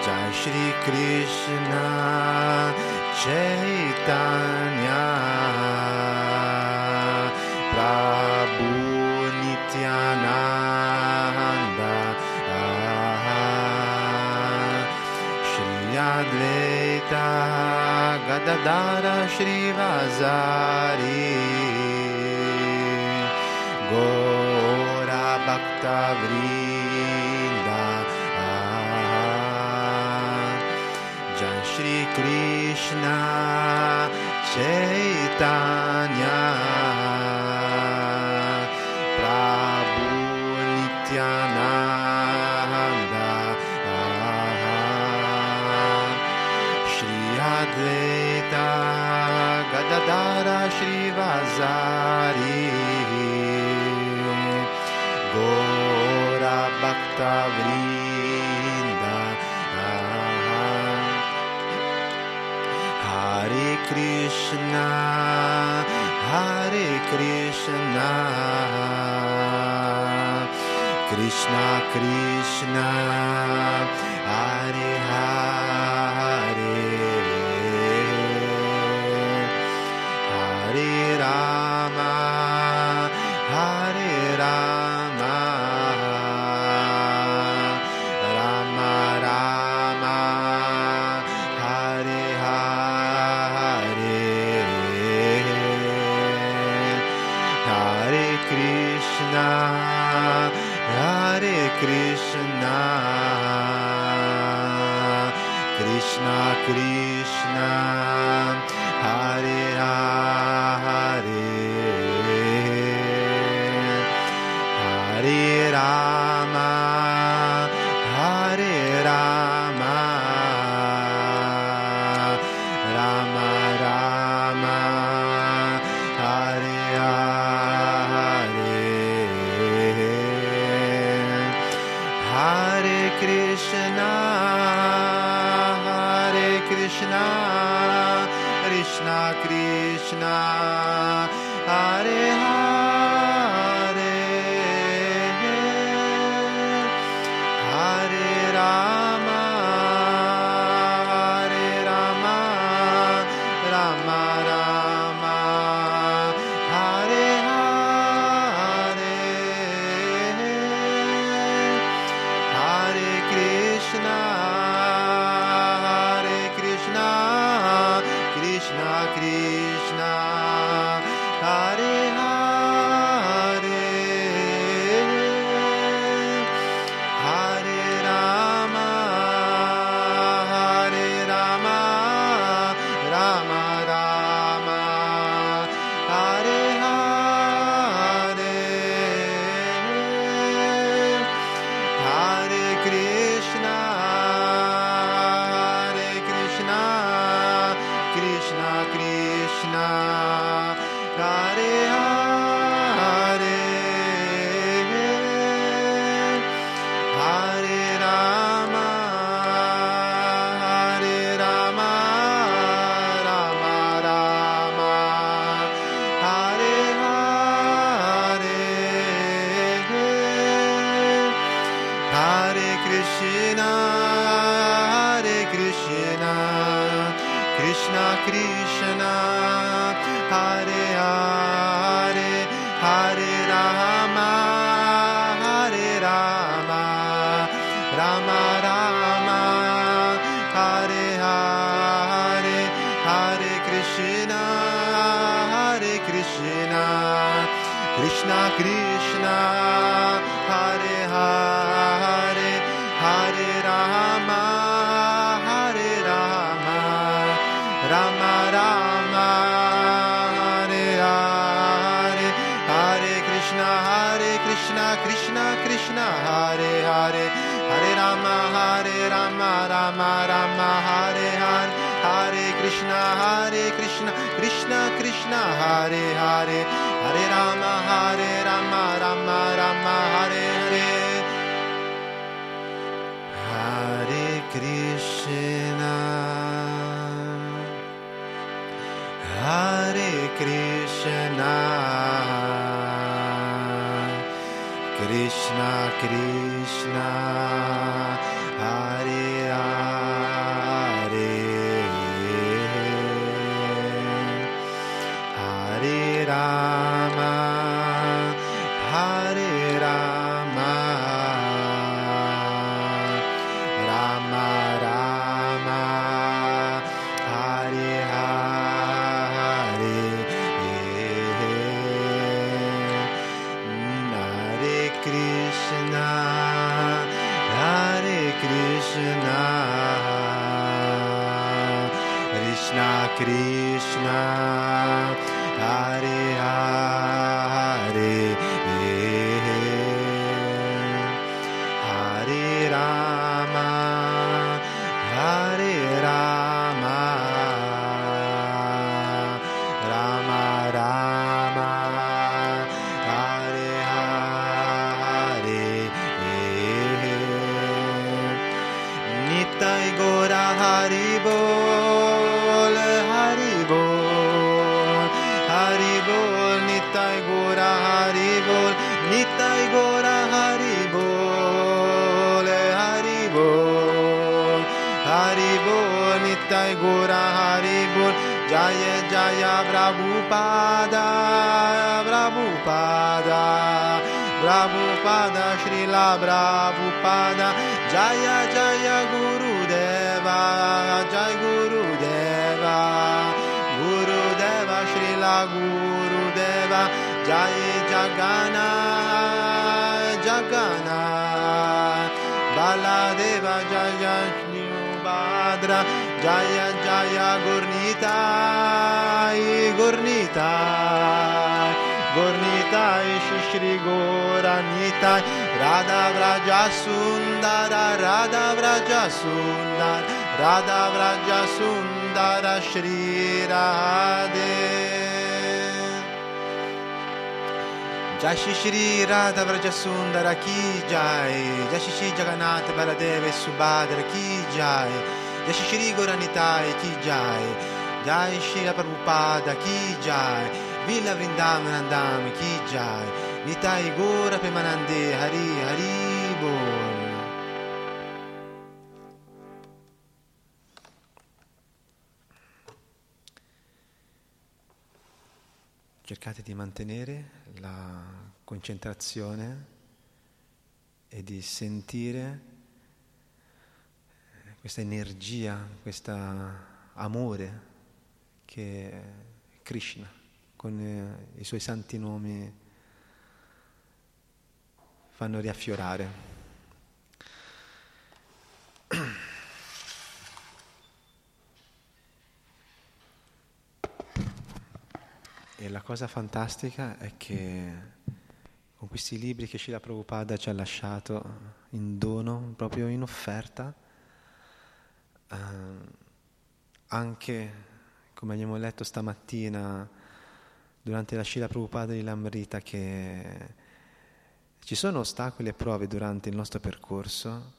Jai Shri Krishna Chaitanya Prabhu Nityananda Shri Advaita Gadadara Shrivasari Gora Bhakta Vrinda Jai Shri Krishna Chaitanya Prabhu Nityananda Shri Advaita Gadadara Shrivasari Gora Bhakta Vrinda Hare Krishna Krishna Krishna Hare Hare Hare Rama Hare Rama Rama Rama Hare Hare Hare Krishna Krishna Krishna Hare Hare Hare Rama Hare Rama Rama Rama Hare Hare Hare Krishna Krishna Krishna Hare Hare Hare Rama Rama Rama Hare Hare Hare Krishna Krishna Krishna Hare Hare Hare Rama Rama Rama Hare Hare Hare Krishna Krishna Krishna Hare Hare Hare Rama Rama Rama Hare Hare Hare Krishna Krishna Krishna Hare Hare Hare Rama Rama Rama Hare Hare Hare Krishna Krishna Krishna Hare Hare Hare Rama Rama Rama Hare Hare Hare Krishna Krishna Krishna Hare Hare Hare Rama Rama Rama Hare Hare Hare Krishna Krishna Krishna Hare Hare Hare Rama Rama Rama Hare Hare Hare Krishna Krishna Krishna Hare Hare Krishna Krishna Hare Hare Hare Rama Hare Rama Rama Rama Hare Hare Nitai Gora Haribol Haribol Haribol Nitai Gora Haribol Nitai Gora Haribol Haribol Haribol Nitai Gora Haribol Jaya Jaya Prabhupada Prabhupada Prabhupada Srila Prabhupada Jaya Jaya Gurudeva Jai Gurudeva Gurudeva Srila Gurudeva Jai Jagannath Jagannath Baladeva Jaya Shri-Bhadra Jaya Jaya Gurnitai Gurnitai Gurnitai Shri Goranitai Radha Vraja Sundara Radha Vraja Sundara Radha Vraja Sundara Shri Radhe Jai Shri Radha Vraja Sundara Ki Jai Jai Shri Jagannath Baladeva Subhadra Ki Jai Jai Shri Goranitai Ki Jai Jai Shri Prabhupada Ki Jai Villa Vrindavanandam Ki Jai Nitai Gora Pemanande Hari Hari Bol. Cercate di mantenere la concentrazione e di sentire questa energia, questo amore che Krishna con i suoi santi nomi fanno riaffiorare. E la cosa fantastica è che con questi libri che Srila Prabhupada ci ha lasciato in dono, proprio in offerta, anche come abbiamo letto stamattina durante la Srila Prabhupada di Lamrita, che ci sono ostacoli e prove durante il nostro percorso.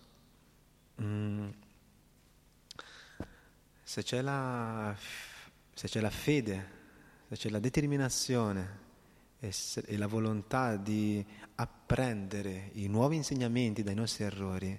Se c'è la fede, se c'è la determinazione e la volontà di apprendere i nuovi insegnamenti dai nostri errori,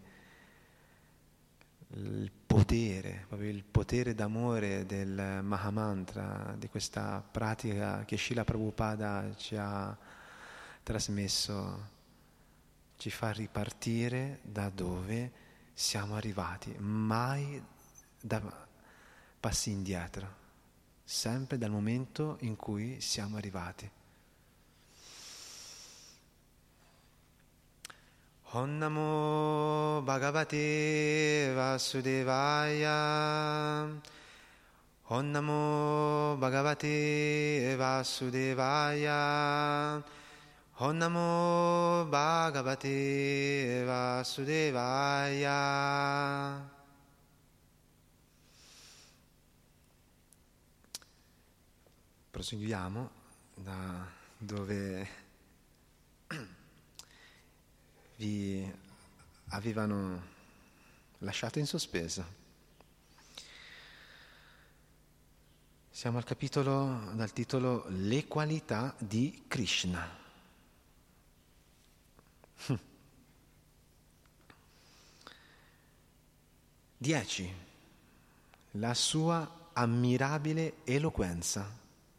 proprio il potere d'amore del Mahamantra, di questa pratica che Srila Prabhupada ci ha trasmesso, ci fa ripartire da dove siamo arrivati, mai da passi indietro, sempre dal momento in cui siamo arrivati. Om Namo Bhagavate Vasudevaya. Om Namo Bhagavate Vasudevaya. Om Namo Bhagavate Vasudevaya. Proseguiamo da dove vi avevano lasciato in sospeso. Siamo al capitolo dal titolo Le qualità di Krishna. 10. La sua ammirabile eloquenza.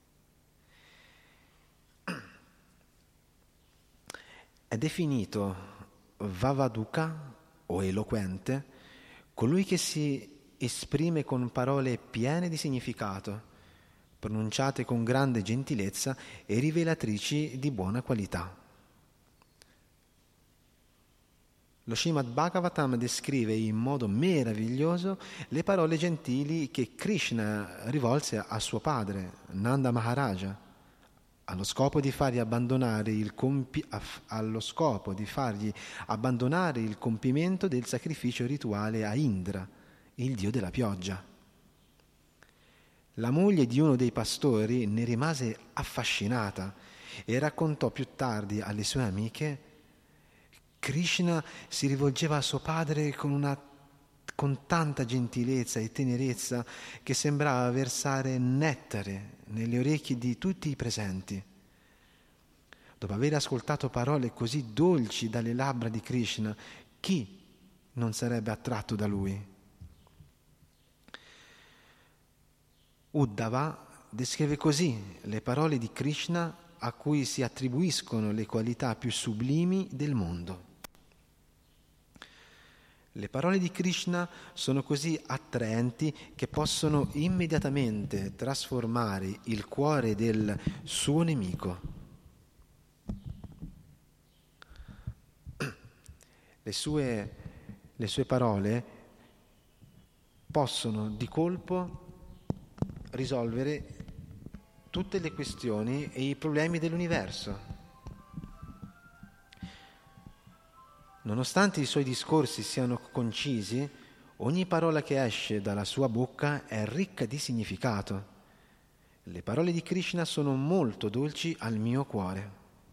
È definito Vavaduka o eloquente colui che si esprime con parole piene di significato, pronunciate con grande gentilezza e rivelatrici di buona qualità. Lo Srimad Bhagavatam descrive in modo meraviglioso le parole gentili che Krishna rivolse a suo padre, Nanda Maharaja, allo scopo di fargli abbandonare il compimento del sacrificio rituale a Indra, il dio della pioggia. La moglie di uno dei pastori ne rimase affascinata e raccontò più tardi alle sue amiche: Krishna si rivolgeva a suo padre con tanta gentilezza e tenerezza che sembrava versare nettare nelle orecchie di tutti i presenti. Dopo aver ascoltato parole così dolci dalle labbra di Krishna, chi non sarebbe attratto da lui? Uddhava descrive così le parole di Krishna a cui si attribuiscono le qualità più sublimi del mondo. Le parole di Krishna sono così attraenti che possono immediatamente trasformare il cuore del suo nemico. Le sue parole possono di colpo risolvere tutte le questioni e i problemi dell'universo. Nonostante i suoi discorsi siano concisi, ogni parola che esce dalla sua bocca è ricca di significato. Le parole di Krishna sono molto dolci al mio cuore.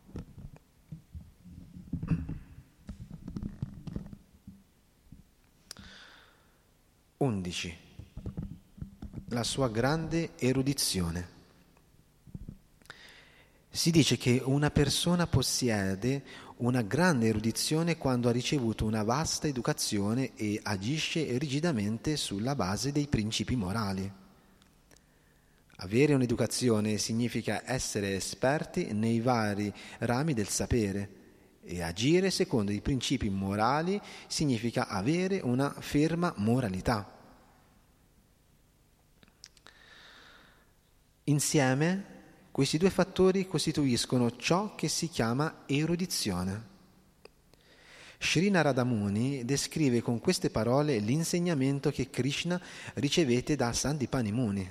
Undici. La sua grande erudizione. Si dice che una persona possiede una grande erudizione quando ha ricevuto una vasta educazione e agisce rigidamente sulla base dei principi morali. Avere un'educazione significa essere esperti nei vari rami del sapere e agire secondo i principi morali significa avere una ferma moralità. Insieme questi due fattori costituiscono ciò che si chiama erudizione. Sri Narada Muni descrive con queste parole l'insegnamento che Krishna ricevette da Sandipani Muni.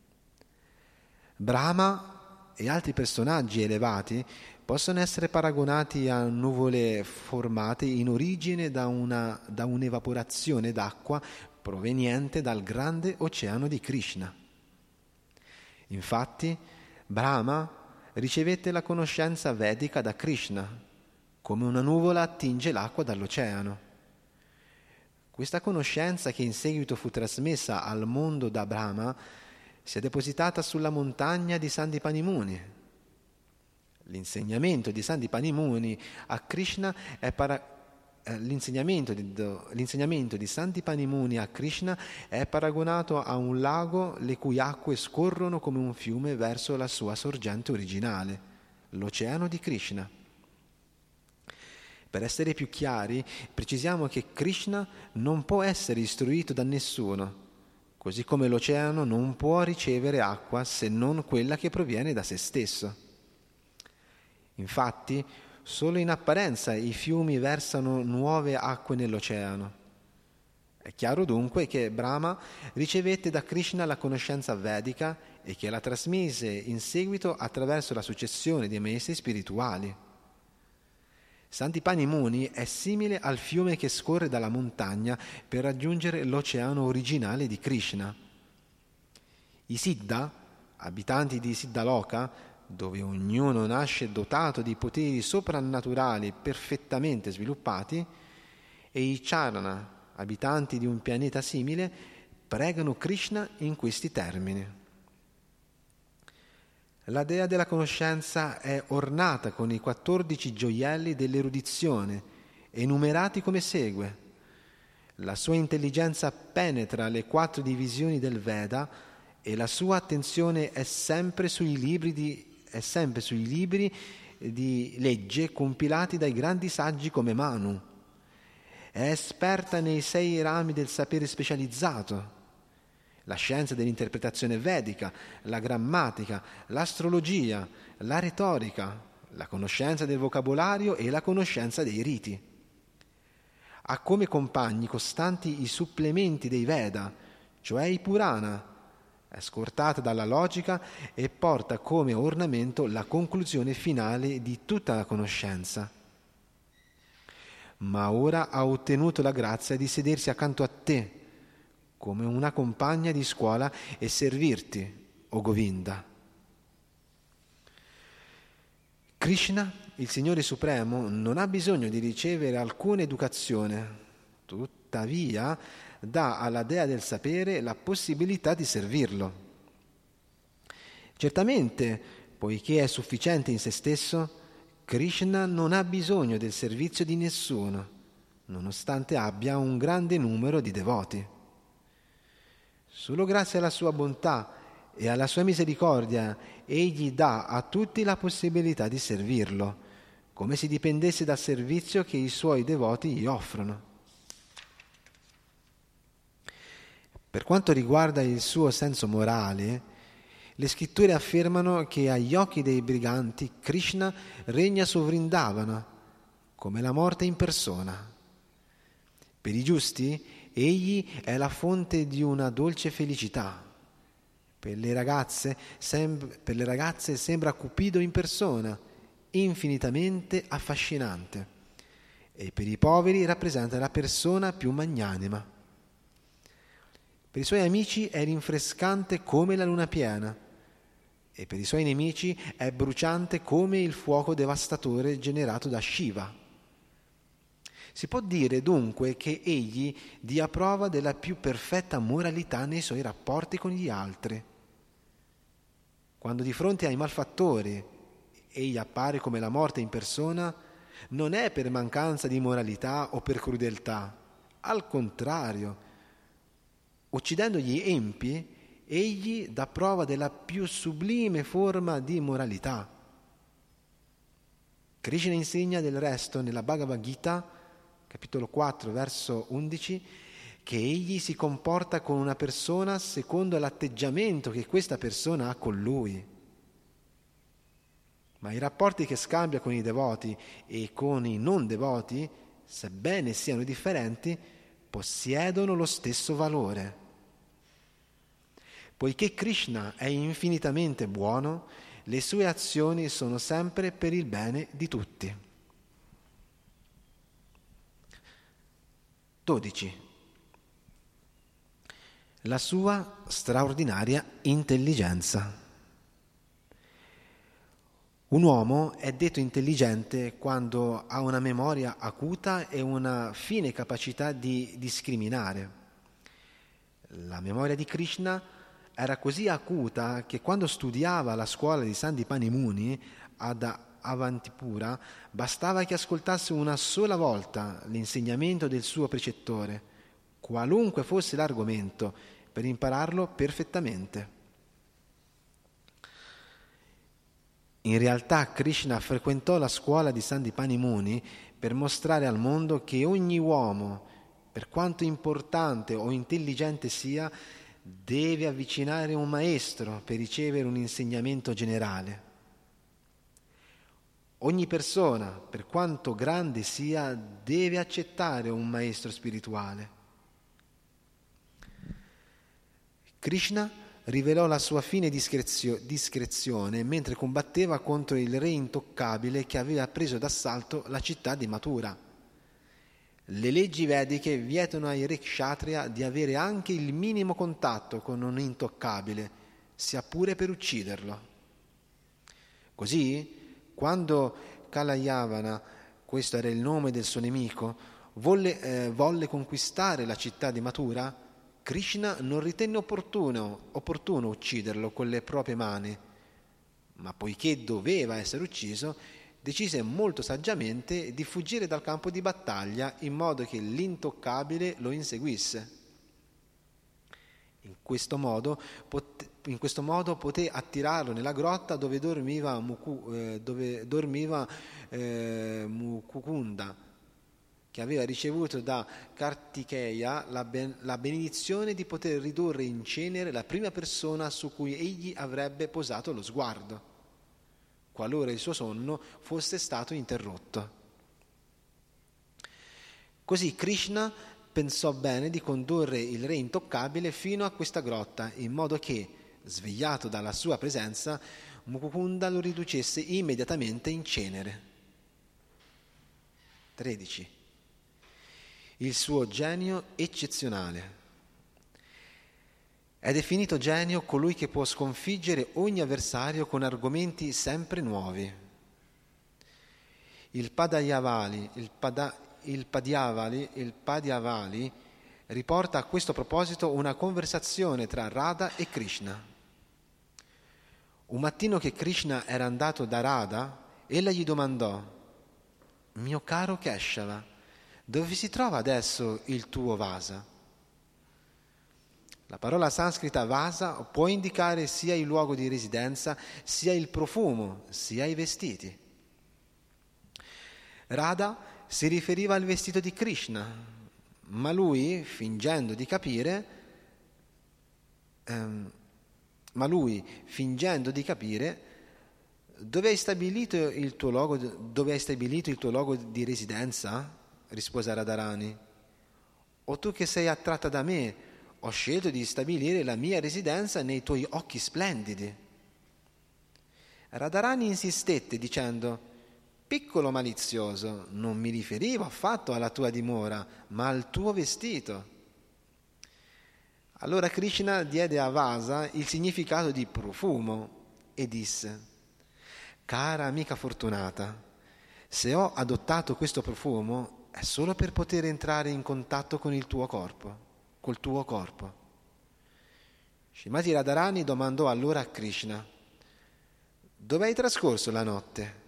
Brahma e altri personaggi elevati possono essere paragonati a nuvole formate in origine da un'evaporazione d'acqua proveniente dal grande oceano di Krishna. Infatti, Brahma ricevette la conoscenza vedica da Krishna, come una nuvola attinge l'acqua dall'oceano. Questa conoscenza, che in seguito fu trasmessa al mondo da Brahma, si è depositata sulla montagna di Sandipani Muni. L'insegnamento di Sandipani Muni a Krishna L'insegnamento di Sandipani Muni a Krishna è paragonato a un lago le cui acque scorrono come un fiume verso la sua sorgente originale, l'oceano di Krishna. Per essere più chiari, precisiamo che Krishna non può essere istruito da nessuno, così come l'oceano non può ricevere acqua se non quella che proviene da se stesso. Infatti, solo in apparenza i fiumi versano nuove acque nell'oceano. È chiaro dunque che Brahma ricevette da Krishna la conoscenza vedica e che la trasmise in seguito attraverso la successione dei maestri spirituali. Sandipani Muni è simile al fiume che scorre dalla montagna per raggiungere l'oceano originale di Krishna. I Siddha, abitanti di Siddhaloka, dove ognuno nasce dotato di poteri soprannaturali perfettamente sviluppati, e i Charana, abitanti di un pianeta simile, pregano Krishna in questi termini. La dea della conoscenza è ornata con i 14 gioielli dell'erudizione, enumerati come segue. La sua intelligenza penetra le 4 divisioni del Veda e la sua attenzione è sempre sui libri di legge compilati dai grandi saggi come Manu. È esperta nei 6 rami del sapere specializzato: la scienza dell'interpretazione vedica, la grammatica, l'astrologia, la retorica, la conoscenza del vocabolario e la conoscenza dei riti. Ha come compagni costanti i supplementi dei Veda, cioè i Purana, è scortata dalla logica e porta come ornamento la conclusione finale di tutta la conoscenza. Ma ora ha ottenuto la grazia di sedersi accanto a te, come una compagna di scuola, e servirti, o Govinda. Krishna, il Signore Supremo, non ha bisogno di ricevere alcuna educazione, tuttavia dà alla Dea del sapere la possibilità di servirlo. Certamente, poiché è sufficiente in se stesso, Krishna non ha bisogno del servizio di nessuno, nonostante abbia un grande numero di devoti. Solo grazie alla sua bontà e alla sua misericordia egli dà a tutti la possibilità di servirlo, come se dipendesse dal servizio che i suoi devoti gli offrono. Per quanto riguarda il suo senso morale, le scritture affermano che agli occhi dei briganti Krishna regna su Vrindavana, come la morte in persona. Per i giusti, egli è la fonte di una dolce felicità. Per le ragazze sembra Cupido in persona, infinitamente affascinante. E per i poveri rappresenta la persona più magnanima. Per i suoi amici è rinfrescante come la luna piena, e per i suoi nemici è bruciante come il fuoco devastatore generato da Shiva. Si può dire dunque che egli dia prova della più perfetta moralità nei suoi rapporti con gli altri. Quando di fronte ai malfattori egli appare come la morte in persona, non è per mancanza di moralità o per crudeltà. Al contrario, uccidendo gli empi, egli dà prova della più sublime forma di moralità. Krishna insegna del resto nella Bhagavad Gita, capitolo 4, verso 11, che egli si comporta con una persona secondo l'atteggiamento che questa persona ha con lui. Ma i rapporti che scambia con i devoti e con i non devoti, sebbene siano differenti, possiedono lo stesso valore. Poiché Krishna è infinitamente buono, le sue azioni sono sempre per il bene di tutti. 12. La sua straordinaria intelligenza. Un uomo è detto intelligente quando ha una memoria acuta e una fine capacità di discriminare. La memoria di Krishna era così acuta che quando studiava alla scuola di Sandipani Muni ad Avantipura bastava che ascoltasse una sola volta l'insegnamento del suo precettore, qualunque fosse l'argomento, per impararlo perfettamente. In realtà Krishna frequentò la scuola di Sandipani Muni per mostrare al mondo che ogni uomo, per quanto importante o intelligente sia, deve avvicinare un maestro per ricevere un insegnamento generale. Ogni persona, per quanto grande sia, deve accettare un maestro spirituale. Krishna rivelò la sua fine discrezione mentre combatteva contro il re intoccabile che aveva preso d'assalto la città di Mathura. Le leggi vediche vietano ai re kshatriya di avere anche il minimo contatto con un intoccabile, sia pure per ucciderlo. Così, quando Kalayavana, questo era il nome del suo nemico, volle conquistare la città di Mathura, Krishna non ritenne opportuno ucciderlo con le proprie mani, ma poiché doveva essere ucciso, decise molto saggiamente di fuggire dal campo di battaglia in modo che l'intoccabile lo inseguisse. In questo modo poté attirarlo nella grotta dove dormiva Mukunda, che aveva ricevuto da Kartikeya la benedizione di poter ridurre in cenere la prima persona su cui egli avrebbe posato lo sguardo, qualora il suo sonno fosse stato interrotto. Così Krishna pensò bene di condurre il re intoccabile fino a questa grotta, in modo che, svegliato dalla sua presenza, Mukunda lo riducesse immediatamente in cenere. 13. Il suo genio eccezionale. È definito genio colui che può sconfiggere ogni avversario con argomenti sempre nuovi. Il Padiyavali riporta a questo proposito una conversazione tra Radha e Krishna. Un mattino che Krishna era andato da Radha, ella gli domandò: «Mio caro Keshava, dove si trova adesso il tuo Vasa?» La parola sanscrita Vasa può indicare sia il luogo di residenza, sia il profumo, sia i vestiti. Radha si riferiva al vestito di Krishna, ma lui, fingendo di capire, dove hai stabilito il tuo luogo di residenza? Rispose Radharani. O tu che sei attratta da me, ho scelto di stabilire la mia residenza nei tuoi occhi splendidi. Radharani insistette dicendo: piccolo malizioso, non mi riferivo affatto alla tua dimora, ma al tuo vestito. Allora Krishna diede a Vasa il significato di profumo e disse: cara amica fortunata, se ho adottato questo profumo è solo per poter entrare in contatto con il tuo corpo, col tuo corpo. Srimati Radharani domandò allora a Krishna: dove hai trascorso la notte?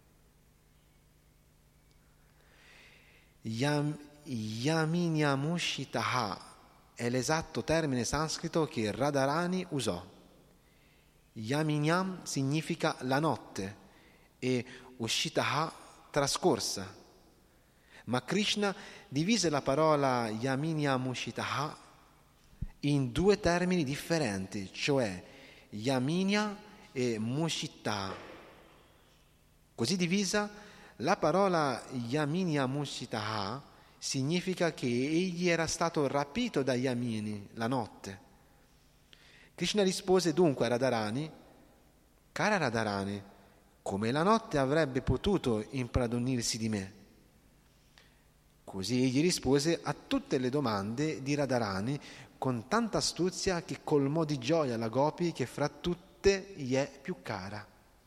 Yaminyamushitaha è l'esatto termine sanscrito che Radharani usò. Yaminyam significa la notte e Ushitaha trascorsa. Ma Krishna divise la parola Yaminyamushitaha in due termini differenti, cioè Yaminya e Mushita. Così divisa, la parola Yaminyamushitaha significa che egli era stato rapito da Yamini, la notte. Krishna rispose dunque a Radharani: cara Radharani, come la notte avrebbe potuto impadronirsi di me? Così egli rispose a tutte le domande di Radharani con tanta astuzia che colmò di gioia la Gopi che fra tutte gli è più cara.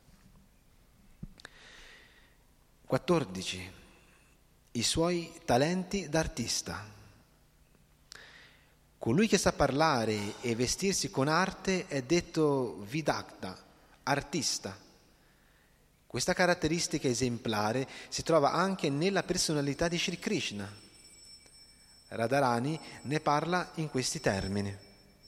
14. I suoi talenti d'artista. Colui che sa parlare e vestirsi con arte è detto Vidagdha, artista. Questa caratteristica esemplare si trova anche nella personalità di Sri Krishna. Radharani ne parla in questi termini.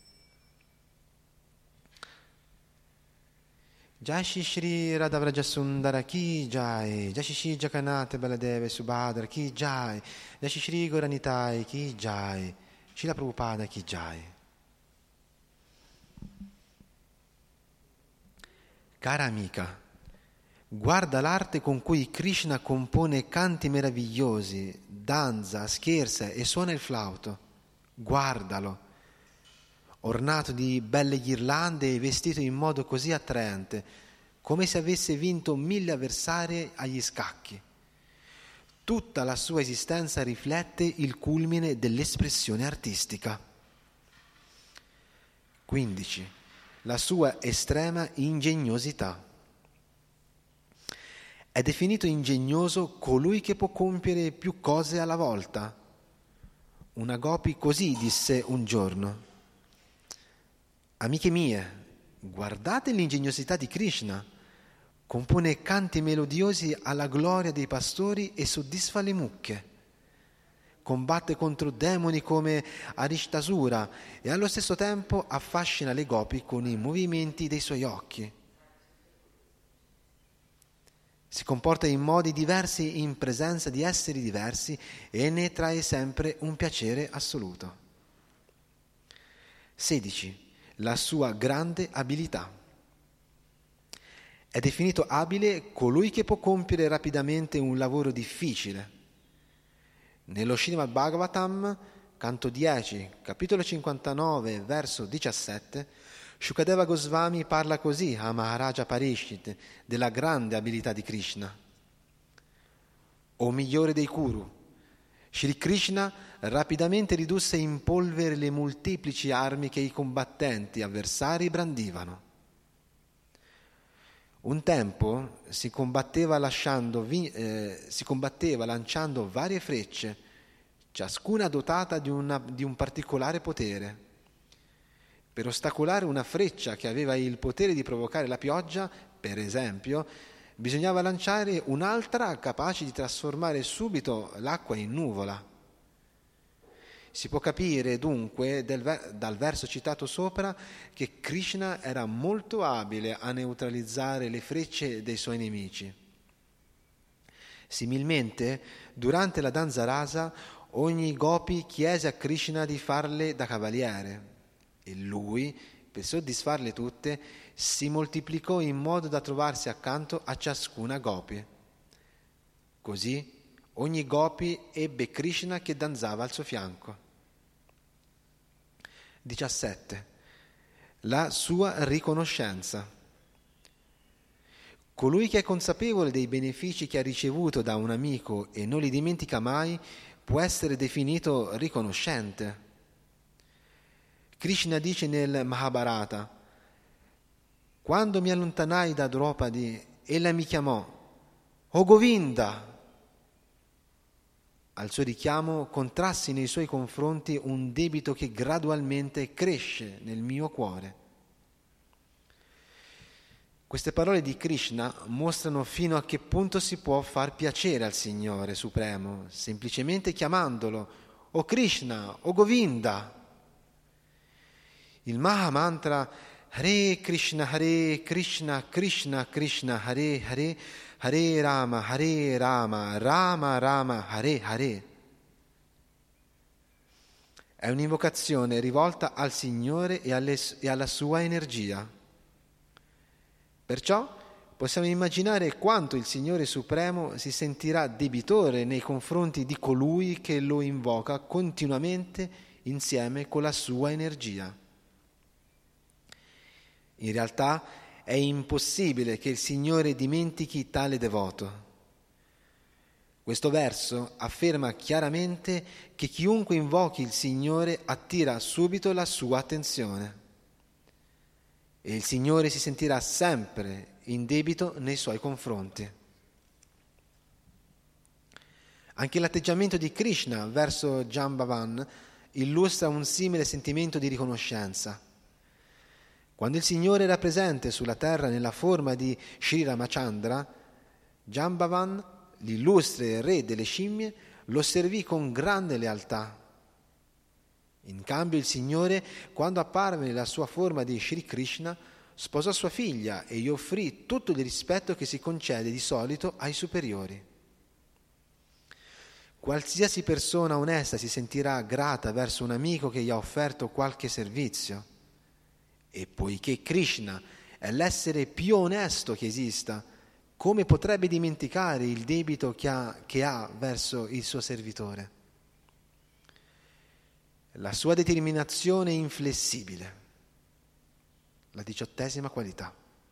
Jai Shri Radhavraja Sundara Ki Jai, Jai Shri Jagannath Baladeva Subhadra Ki Jai, Jai Shri Gauranitai Ki Jai, Srila Prabhupada Ki Jai. Cara amica, guarda l'arte con cui Krishna compone canti meravigliosi, danza, scherza e suona il flauto. Guardalo, ornato di belle ghirlande e vestito in modo così attraente, come se avesse vinto 1000 avversari agli scacchi. Tutta la sua esistenza riflette il culmine dell'espressione artistica. 15. La sua estrema ingegnosità. È definito ingegnoso colui che può compiere più cose alla volta. Una Gopi così disse un giorno: amiche mie, guardate l'ingegnosità di Krishna. Compone canti melodiosi alla gloria dei pastori e soddisfa le mucche. Combatte contro demoni come Arishtasura e allo stesso tempo affascina le Gopi con i movimenti dei suoi occhi. Si comporta in modi diversi in presenza di esseri diversi e ne trae sempre un piacere assoluto. 16. La sua grande abilità. È definito abile colui che può compiere rapidamente un lavoro difficile. Nello Srimad Bhagavatam, canto 10, capitolo 59, verso 17, Shukadeva Goswami parla così a Maharaja Parikshit della grande abilità di Krishna. O migliore dei Kuru, Shri Krishna rapidamente ridusse in polvere le molteplici armi che i combattenti avversari brandivano. Un tempo si combatteva lanciando varie frecce, ciascuna dotata di un particolare potere. Per ostacolare una freccia che aveva il potere di provocare la pioggia, per esempio, bisognava lanciare un'altra capace di trasformare subito l'acqua in nuvola. Si può capire dunque dal verso citato sopra che Krishna era molto abile a neutralizzare le frecce dei suoi nemici. Similmente, durante la danza rasa, ogni gopi chiese a Krishna di farle da cavaliere e lui, per soddisfarle tutte, si moltiplicò in modo da trovarsi accanto a ciascuna gopi. Così ogni gopi ebbe Krishna che danzava al suo fianco. 17. La sua riconoscenza. Colui che è consapevole dei benefici che ha ricevuto da un amico e non li dimentica mai può essere definito riconoscente. Krishna dice nel Mahabharata: quando mi allontanai da Draupadi, ella mi chiamò "O Govinda". Al suo richiamo contrassi nei suoi confronti un debito che gradualmente cresce nel mio cuore. Queste parole di Krishna mostrano fino a che punto si può far piacere al Signore Supremo, semplicemente chiamandolo "O Krishna, O Govinda". Il Maha Mantra Hare Krishna, Krishna Krishna, Hare Hare, Hare Rama, Rama Rama, Hare Hare. È un'invocazione rivolta al Signore e alla sua energia. Perciò possiamo immaginare quanto il Signore Supremo si sentirà debitore nei confronti di colui che lo invoca continuamente insieme con la sua energia. In realtà è impossibile che il Signore dimentichi tale devoto. Questo verso afferma chiaramente che chiunque invochi il Signore attira subito la sua attenzione e il Signore si sentirà sempre in debito nei suoi confronti. Anche l'atteggiamento di Krishna verso Jambavan illustra un simile sentimento di riconoscenza. Quando il Signore era presente sulla terra nella forma di Sri Ramachandra, Jambavan, l'illustre re delle scimmie, lo servì con grande lealtà. In cambio il Signore, quando apparve nella sua forma di Sri Krishna, sposò sua figlia e gli offrì tutto il rispetto che si concede di solito ai superiori. Qualsiasi persona onesta si sentirà grata verso un amico che gli ha offerto qualche servizio. E poiché Krishna è l'essere più onesto che esista, come potrebbe dimenticare il debito che ha verso il suo servitore? La sua determinazione è inflessibile. La 18ª qualità.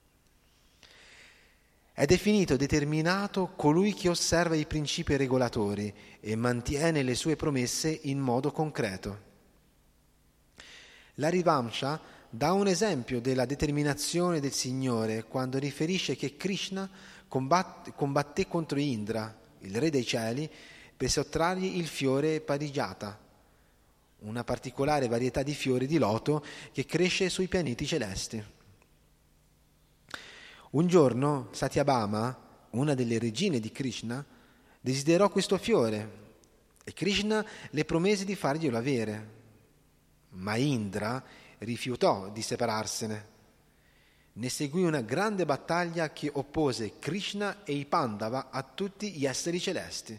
È definito determinato colui che osserva i principi regolatori e mantiene le sue promesse in modo concreto. L'Arivamsha dà un esempio della determinazione del Signore quando riferisce che Krishna combatté contro Indra, il re dei cieli, per sottrargli il fiore Parijata, una particolare varietà di fiori di loto che cresce sui pianeti celesti. Un giorno Satyabhama, una delle regine di Krishna, desiderò questo fiore e Krishna le promese di farglielo avere, ma Indra rifiutò di separarsene. Ne seguì una grande battaglia che oppose Krishna e i Pandava a tutti gli esseri celesti.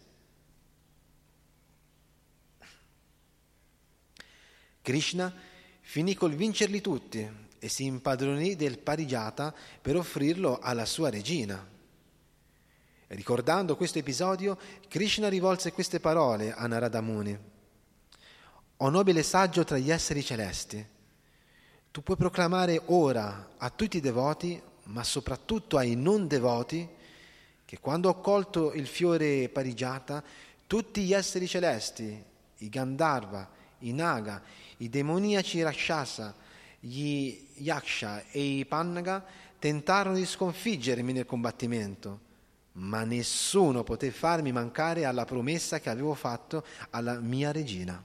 Krishna finì col vincerli tutti e si impadronì del Parijata per offrirlo alla sua regina. E ricordando questo episodio, Krishna rivolse queste parole a Narada Muni: «O nobile saggio tra gli esseri celesti, tu puoi proclamare ora a tutti i devoti, ma soprattutto ai non devoti, che quando ho colto il fiore Parijata, tutti gli esseri celesti, i Gandharva, i Naga, i demoniaci Rakshasa, gli Yaksha e i Pannaga tentarono di sconfiggermi nel combattimento, ma nessuno poté farmi mancare alla promessa che avevo fatto alla mia regina».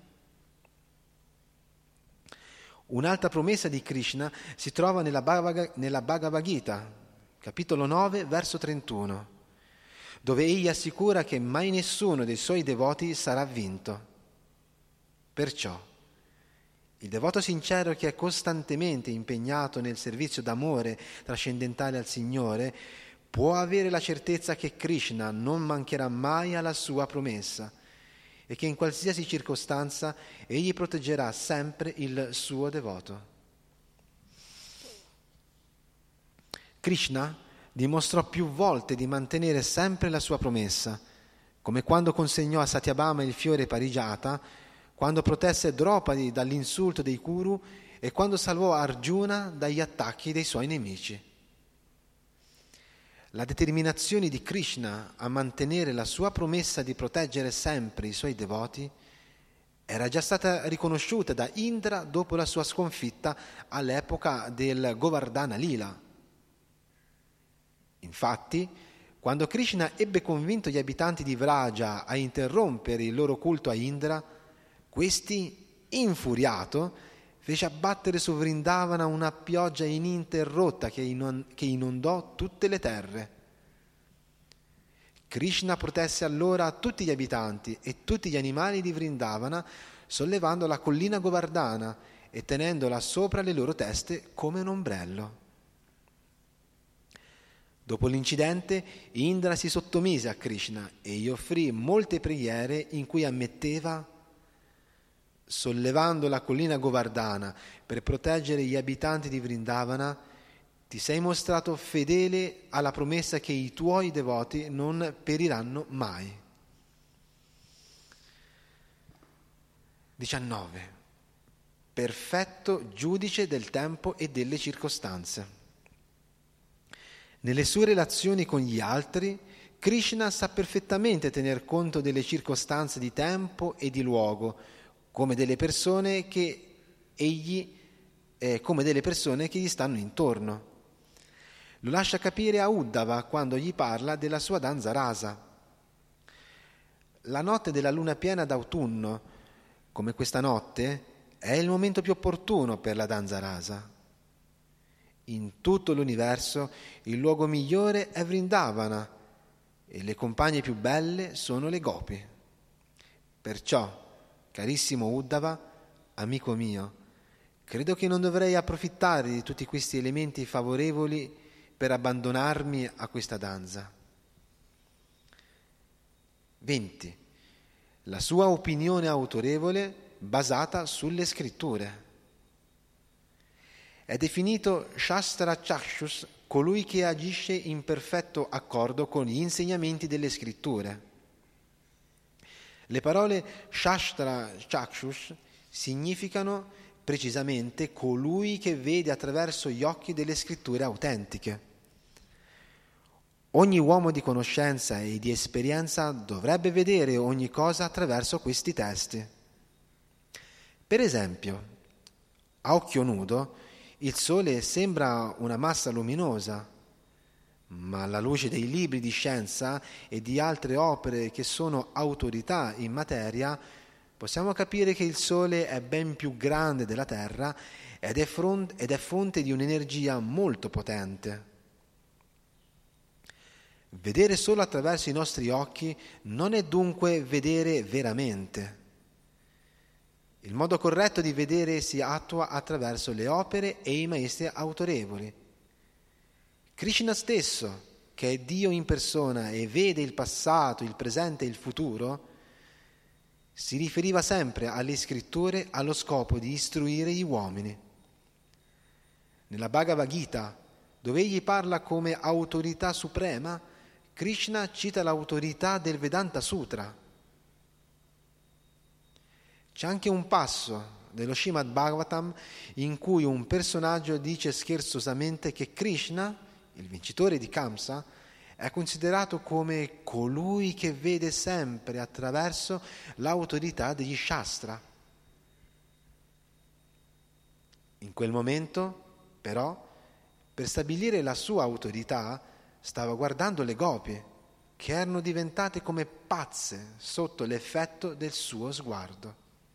Un'altra promessa di Krishna si trova nella Bhagavad Gita, capitolo 9, verso 31, dove egli assicura che mai nessuno dei suoi devoti sarà vinto. Perciò, il devoto sincero che è costantemente impegnato nel servizio d'amore trascendentale al Signore può avere la certezza che Krishna non mancherà mai alla sua promessa e che in qualsiasi circostanza egli proteggerà sempre il suo devoto. Krishna dimostrò più volte di mantenere sempre la sua promessa, come quando consegnò a Satyabhama il fiore Parijata, quando protesse Draupadi dall'insulto dei Kuru e quando salvò Arjuna dagli attacchi dei suoi nemici. La determinazione di Krishna a mantenere la sua promessa di proteggere sempre i suoi devoti era già stata riconosciuta da Indra dopo la sua sconfitta all'epoca del Govardhana Lila. Infatti, quando Krishna ebbe convinto gli abitanti di Vraja a interrompere il loro culto a Indra, questi, infuriato, fece abbattere su Vrindavana una pioggia ininterrotta che inondò tutte le terre. Krishna protesse allora tutti gli abitanti e tutti gli animali di Vrindavana, sollevando la collina Govardhana e tenendola sopra le loro teste come un ombrello. Dopo l'incidente, Indra si sottomise a Krishna e gli offrì molte preghiere in cui ammetteva: sollevando la collina Govardhana per proteggere gli abitanti di Vrindavana, ti sei mostrato fedele alla promessa che i tuoi devoti non periranno mai. 19. Perfetto giudice del tempo e delle circostanze. Nelle sue relazioni con gli altri, Krishna sa perfettamente tener conto delle circostanze di tempo e di luogo, come delle persone che gli stanno intorno. Lo lascia capire a Uddhava quando gli parla della sua danza rasa. La notte della luna piena d'autunno, come questa notte, è il momento più opportuno per la danza rasa. In tutto l'universo il luogo migliore è Vrindavana e le compagne più belle sono le gopi. Perciò, carissimo Uddhava, amico mio, credo che non dovrei approfittare di tutti questi elementi favorevoli per abbandonarmi a questa danza. 20. La sua opinione autorevole basata sulle scritture. È definito Shastra Chakshus colui che agisce in perfetto accordo con gli insegnamenti delle scritture. Le parole Shastra Chakshus significano precisamente colui che vede attraverso gli occhi delle scritture autentiche. Ogni uomo di conoscenza e di esperienza dovrebbe vedere ogni cosa attraverso questi testi. Per esempio, a occhio nudo, il sole sembra una massa luminosa, ma alla luce dei libri di scienza e di altre opere che sono autorità in materia, possiamo capire che il sole è ben più grande della Terra ed è fonte di un'energia molto potente. Vedere solo attraverso i nostri occhi non è dunque vedere veramente. Il modo corretto di vedere si attua attraverso le opere e i maestri autorevoli. Krishna stesso, che è Dio in persona e vede il passato, il presente e il futuro, si riferiva sempre alle scritture allo scopo di istruire gli uomini. Nella Bhagavad Gita, dove egli parla come autorità suprema, Krishna cita l'autorità del Vedanta Sutra. C'è anche un passo dello Srimad Bhagavatam in cui un personaggio dice scherzosamente che Krishna, il vincitore di Kamsa, è considerato come colui che vede sempre attraverso l'autorità degli Shastra. In quel momento, però, per stabilire la sua autorità, stava guardando le gopi, che erano diventate come pazze sotto l'effetto del suo sguardo.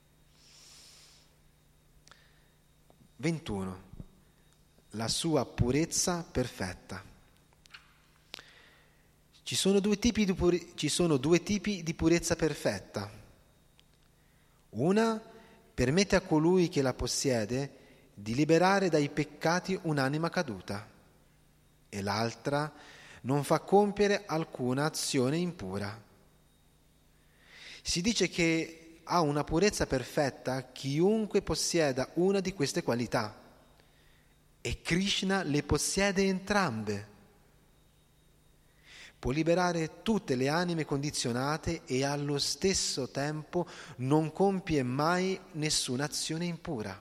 21. La sua purezza perfetta. Ci sono due tipi di purezza perfetta. Una permette a colui che la possiede di liberare dai peccati un'anima caduta, e l'altra non fa compiere alcuna azione impura. Si dice che ha una purezza perfetta chiunque possieda una di queste qualità, e Krishna le possiede entrambe. Può liberare tutte le anime condizionate e allo stesso tempo non compie mai nessuna azione impura.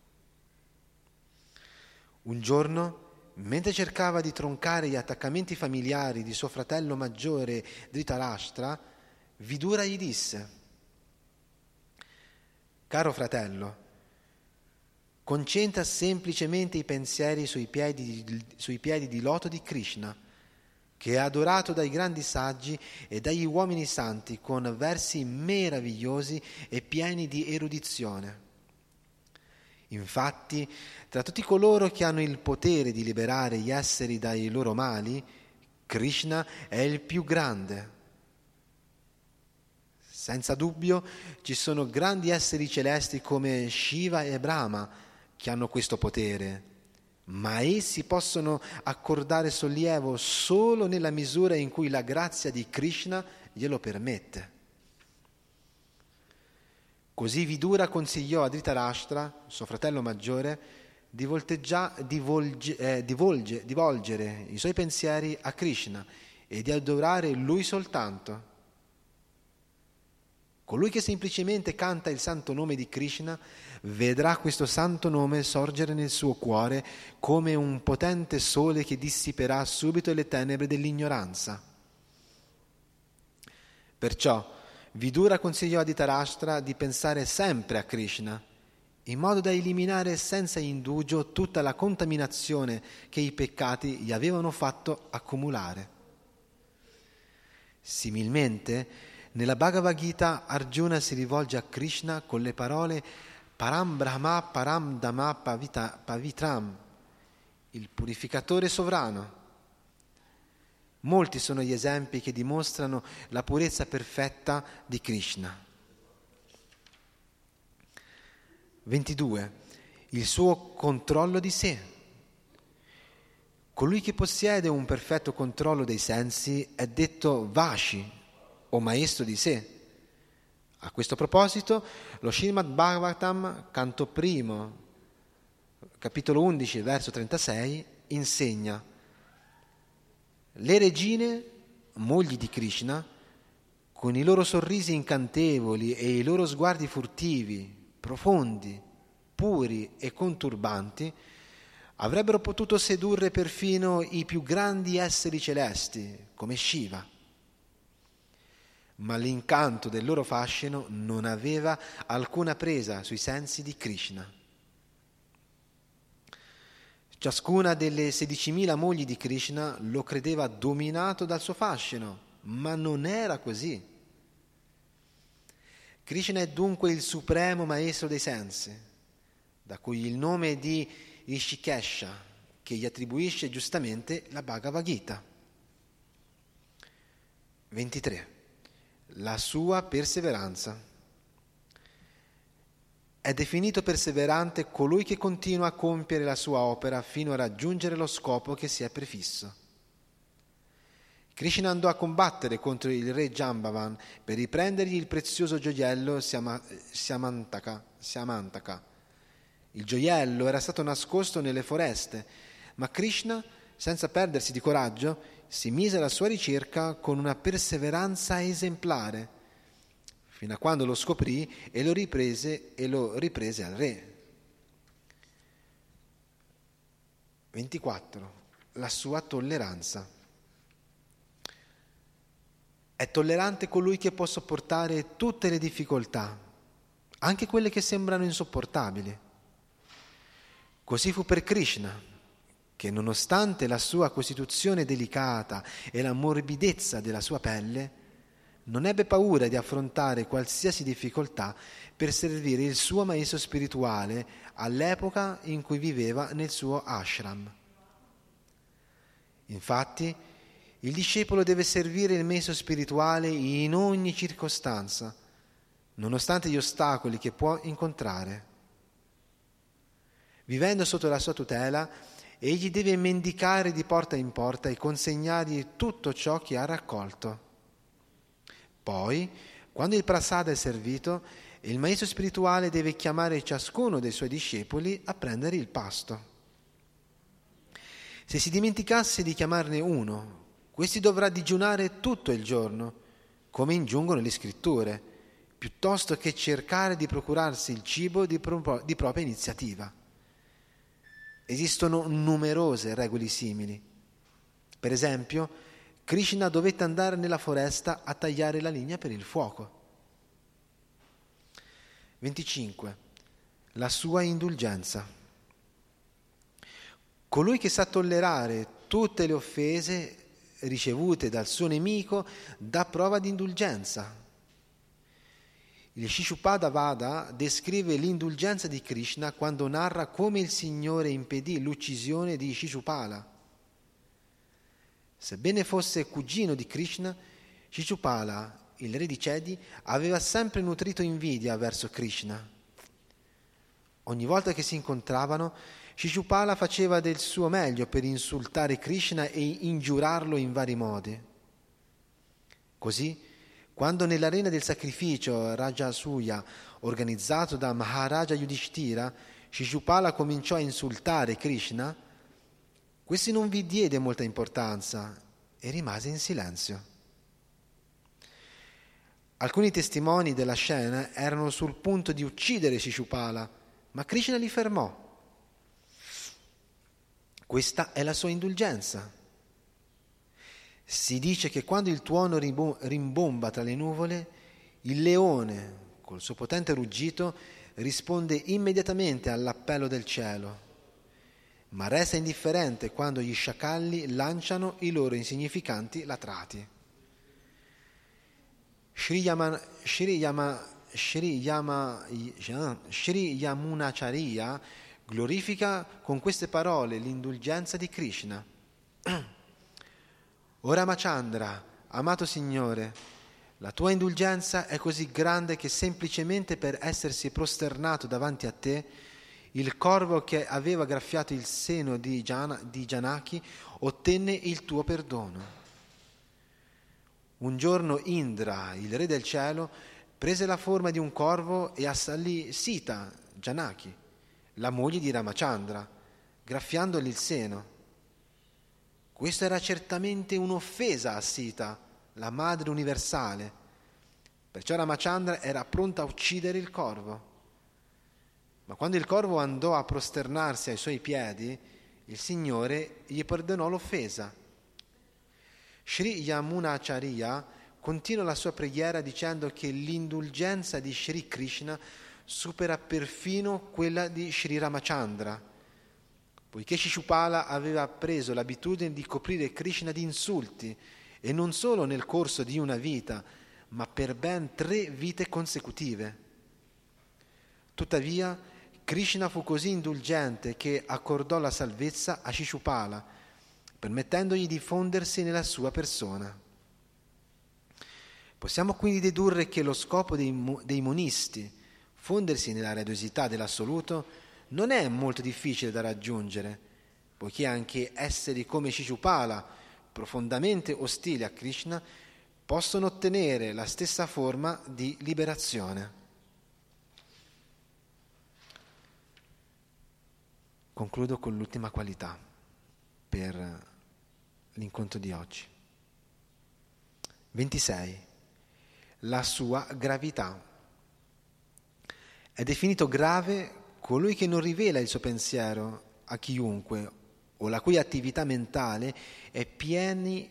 Un giorno, mentre cercava di troncare gli attaccamenti familiari di suo fratello maggiore Dhritarashtra, Vidura gli disse: «Caro fratello, concentra semplicemente i pensieri sui piedi di loto di Krishna, che è adorato dai grandi saggi e dagli uomini santi con versi meravigliosi e pieni di erudizione. Infatti, tra tutti coloro che hanno il potere di liberare gli esseri dai loro mali, Krishna è il più grande. Senza dubbio ci sono grandi esseri celesti come Shiva e Brahma che hanno questo potere, ma essi possono accordare sollievo solo nella misura in cui la grazia di Krishna glielo permette. Così Vidura consigliò a Dhritarashtra, suo fratello maggiore, di volgere i suoi pensieri a Krishna e di adorare Lui soltanto. Colui che semplicemente canta il santo nome di Krishna vedrà questo santo nome sorgere nel suo cuore come un potente sole che dissiperà subito le tenebre dell'ignoranza. Perciò Vidura consigliò a Dhritarashtra di pensare sempre a Krishna, in modo da eliminare senza indugio tutta la contaminazione che i peccati gli avevano fatto accumulare. Similmente, nella Bhagavad Gita Arjuna si rivolge a Krishna con le parole Param Brahma Param Dhamma Pavitram, il purificatore sovrano. Molti sono gli esempi che dimostrano la purezza perfetta di Krishna. 22. Il suo controllo di sé. Colui che possiede un perfetto controllo dei sensi è detto Vashi, o maestro di sé. A questo proposito, lo Srimad Bhagavatam, canto primo, capitolo 11, verso 36, insegna: le regine, mogli di Krishna, con i loro sorrisi incantevoli e i loro sguardi furtivi, profondi, puri e conturbanti, avrebbero potuto sedurre perfino i più grandi esseri celesti, come Shiva. Ma l'incanto del loro fascino non aveva alcuna presa sui sensi di Krishna. Ciascuna delle 16.000 mogli di Krishna lo credeva dominato dal suo fascino, ma non era così. Krishna è dunque il supremo maestro dei sensi, da cui il nome di Rishikesha, che gli attribuisce giustamente la Bhagavad Gita. 23. La sua perseveranza. È definito perseverante colui che continua a compiere la sua opera fino a raggiungere lo scopo che si è prefisso. Krishna andò a combattere contro il re Jambavan per riprendergli il prezioso gioiello Syamantaka. Il gioiello era stato nascosto nelle foreste, ma Krishna, senza perdersi di coraggio, si mise alla sua ricerca con una perseveranza esemplare, fino a quando lo scoprì e lo riprese al re. 24. La sua tolleranza. È tollerante colui che può sopportare tutte le difficoltà, anche quelle che sembrano insopportabili. Così fu per Krishna, che nonostante la sua costituzione delicata e la morbidezza della sua pelle, non ebbe paura di affrontare qualsiasi difficoltà per servire il suo maestro spirituale all'epoca in cui viveva nel suo ashram. Infatti, il discepolo deve servire il maestro spirituale in ogni circostanza, nonostante gli ostacoli che può incontrare. Vivendo sotto la sua tutela, egli deve mendicare di porta in porta e consegnargli tutto ciò che ha raccolto. Poi, quando il prasada è servito, il maestro spirituale deve chiamare ciascuno dei suoi discepoli a prendere il pasto. Se si dimenticasse di chiamarne uno, questi dovrà digiunare tutto il giorno, come ingiungono le scritture, piuttosto che cercare di procurarsi il cibo di propria iniziativa. Esistono numerose regole simili. Per esempio, Krishna dovette andare nella foresta a tagliare la legna per il fuoco. 25. La sua indulgenza. Colui che sa tollerare tutte le offese ricevute dal suo nemico dà prova di indulgenza. Il Shishupada Vada descrive l'indulgenza di Krishna quando narra come il Signore impedì l'uccisione di Shishupala. Sebbene fosse cugino di Krishna, Shishupala, il re di Cedi, aveva sempre nutrito invidia verso Krishna. Ogni volta che si incontravano, Shishupala faceva del suo meglio per insultare Krishna e ingiurarlo in vari modi. Così, quando nell'arena del sacrificio Rajasuya, organizzato da Maharaja Yudhishthira, Shishupala cominciò a insultare Krishna, questi non vi diede molta importanza e rimase in silenzio. Alcuni testimoni della scena erano sul punto di uccidere Shishupala, ma Krishna li fermò. Questa è la sua indulgenza. Si dice che quando il tuono rimbomba tra le nuvole, il leone, col suo potente ruggito, risponde immediatamente all'appello del cielo, ma resta indifferente quando gli sciacalli lanciano i loro insignificanti latrati. Sri Yamunacharya glorifica con queste parole l'indulgenza di Krishna. O Ramachandra, amato Signore, la tua indulgenza è così grande che semplicemente per essersi prosternato davanti a te, il corvo che aveva graffiato il seno di Janaki ottenne il tuo perdono. Un giorno Indra, il re del cielo, prese la forma di un corvo e assalì Sita, Janaki, la moglie di Ramachandra, graffiandogli il seno. Questa era certamente un'offesa a Sita, la madre universale. Perciò Ramachandra era pronta a uccidere il corvo. Ma quando il corvo andò a prosternarsi ai suoi piedi, il Signore gli perdonò l'offesa. Sri Yamunacharya continua la sua preghiera dicendo che l'indulgenza di Sri Krishna supera perfino quella di Sri Ramachandra, poiché Shishupala aveva preso l'abitudine di coprire Krishna di insulti, e non solo nel corso di una vita, ma per ben 3 vite consecutive. Tuttavia, Krishna fu così indulgente che accordò la salvezza a Shishupala, permettendogli di fondersi nella sua persona. Possiamo quindi dedurre che lo scopo dei monisti, fondersi nella radiosità dell'assoluto, non è molto difficile da raggiungere, poiché anche esseri come Shishupala, profondamente ostili a Krishna, possono ottenere la stessa forma di liberazione. Concludo con l'ultima qualità per l'incontro di oggi. 26. La sua gravità. È definito grave colui che non rivela il suo pensiero a chiunque, o la cui attività mentale e piani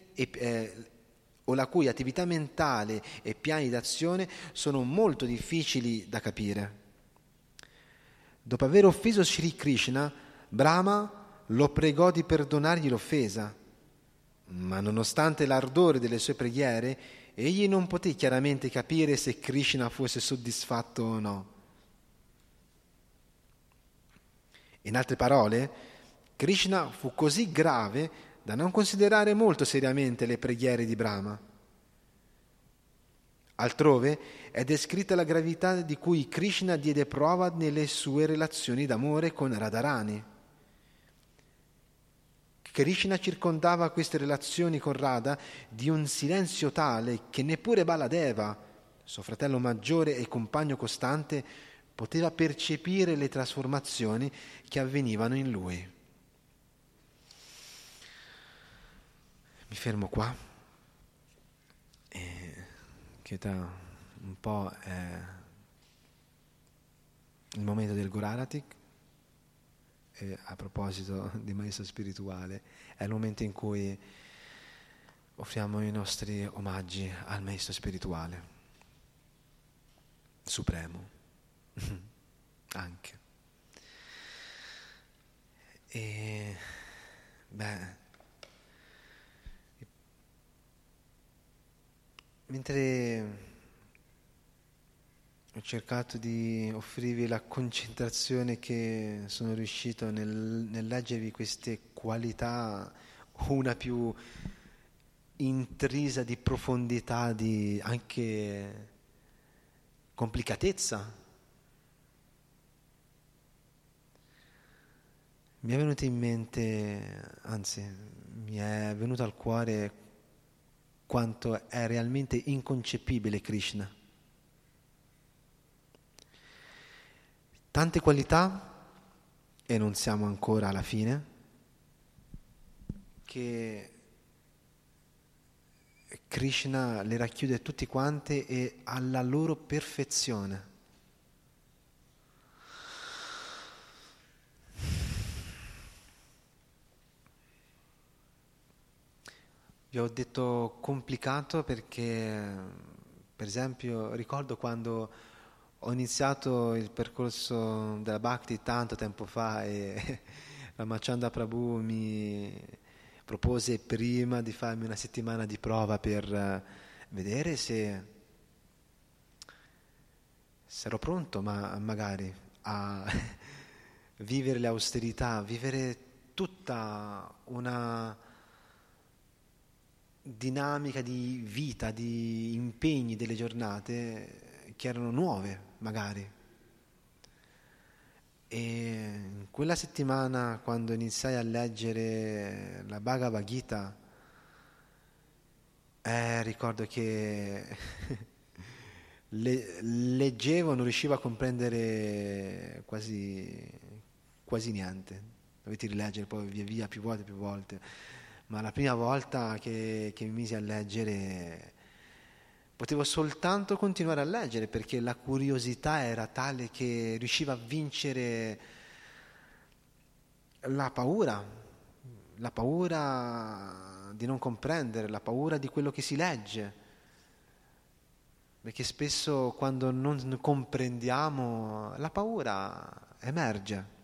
d'azione sono molto difficili da capire. Dopo aver offeso Sri Krishna, Brahma lo pregò di perdonargli l'offesa, ma nonostante l'ardore delle sue preghiere, egli non poté chiaramente capire se Krishna fosse soddisfatto o no. In altre parole, Krishna fu così grave da non considerare molto seriamente le preghiere di Brahma. Altrove è descritta la gravità di cui Krishna diede prova nelle sue relazioni d'amore con Radharani. Krishna circondava queste relazioni con Radha di un silenzio tale che neppure Baladeva, suo fratello maggiore e compagno costante, poteva percepire le trasformazioni che avvenivano in lui. Mi fermo qua, che tra un po' è il momento del Guraratik, e a proposito di maestro spirituale, è il momento in cui offriamo i nostri omaggi al maestro spirituale supremo. Anche. E mentre ho cercato di offrirvi la concentrazione che sono riuscito nel leggervi queste qualità, una più intrisa di profondità, di anche complicatezza, mi è venuto in mente, anzi mi è venuto al cuore quanto è realmente inconcepibile Krishna. Tante qualità, e non siamo ancora alla fine, che Krishna le racchiude tutte quante e alla loro perfezione. Vi ho detto complicato perché, per esempio, ricordo quando ho iniziato il percorso della Bhakti tanto tempo fa e Ramachandra Prabhu mi propose prima di farmi una settimana di prova per vedere se ero pronto, ma magari a vivere le austerità, vivere tutta una dinamica di vita, di impegni delle giornate che erano nuove, magari. E in quella settimana, quando iniziai a leggere la Bhagavad Gita, ricordo che leggevo, non riuscivo a comprendere quasi niente. Dovete rileggere poi via via più volte. Ma la prima volta che mi misi a leggere potevo soltanto continuare a leggere perché la curiosità era tale che riusciva a vincere la paura di non comprendere, la paura di quello che si legge. Perché spesso quando non comprendiamo la paura emerge.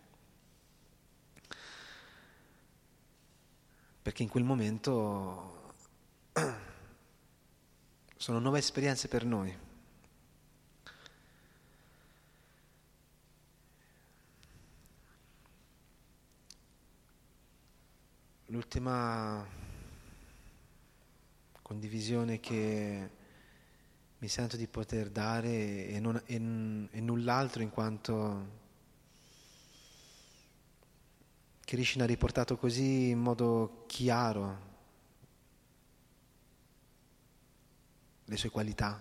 Perché in quel momento sono nuove esperienze per noi. L'ultima condivisione che mi sento di poter dare è null'altro in quanto Krishna ha riportato così in modo chiaro le sue qualità.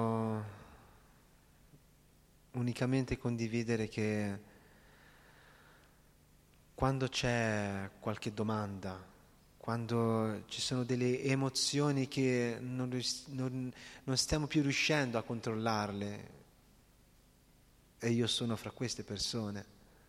Posso unicamente condividere che quando c'è qualche domanda, quando ci sono delle emozioni che non stiamo più riuscendo a controllarle, e io sono fra queste persone,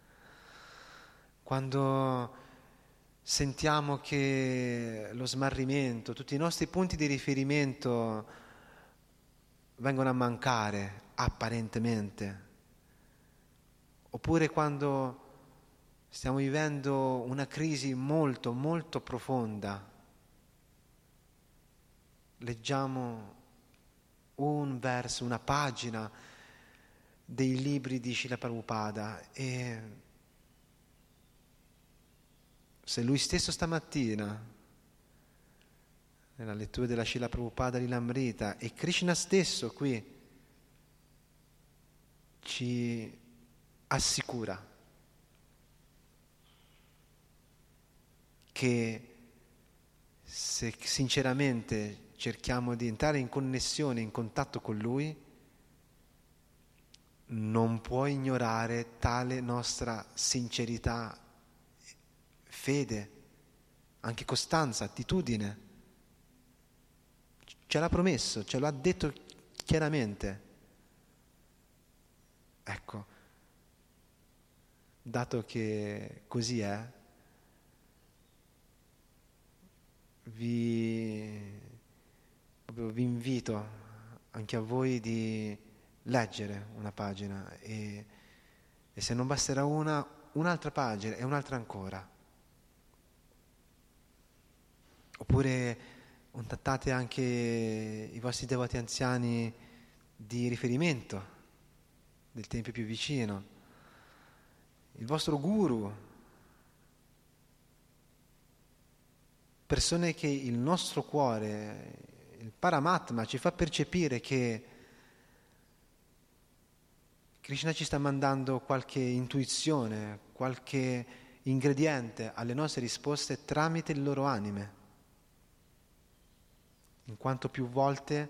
quando sentiamo che lo smarrimento, tutti i nostri punti di riferimento vengono a mancare apparentemente, oppure quando stiamo vivendo una crisi molto, molto profonda, leggiamo un verso, una pagina dei libri di Srila Prabhupada e se lui stesso stamattina, nella lettura della Srila Prabhupada Lilamrita, e Krishna stesso qui ci assicura che se sinceramente cerchiamo di entrare in connessione, in contatto con Lui, non può ignorare tale nostra sincerità, fede, anche costanza, attitudine. Ce l'ha promesso, ce l'ha detto chiaramente. Ecco, dato che così è, vi invito anche a voi di leggere una pagina e se non basterà un'altra pagina e un'altra ancora. Oppure contattate anche i vostri devoti anziani di riferimento del tempio più vicino, il vostro guru, persone che il nostro cuore, il Paramatma, ci fa percepire che Krishna ci sta mandando qualche intuizione, qualche ingrediente alle nostre risposte tramite le loro anime. In quanto più volte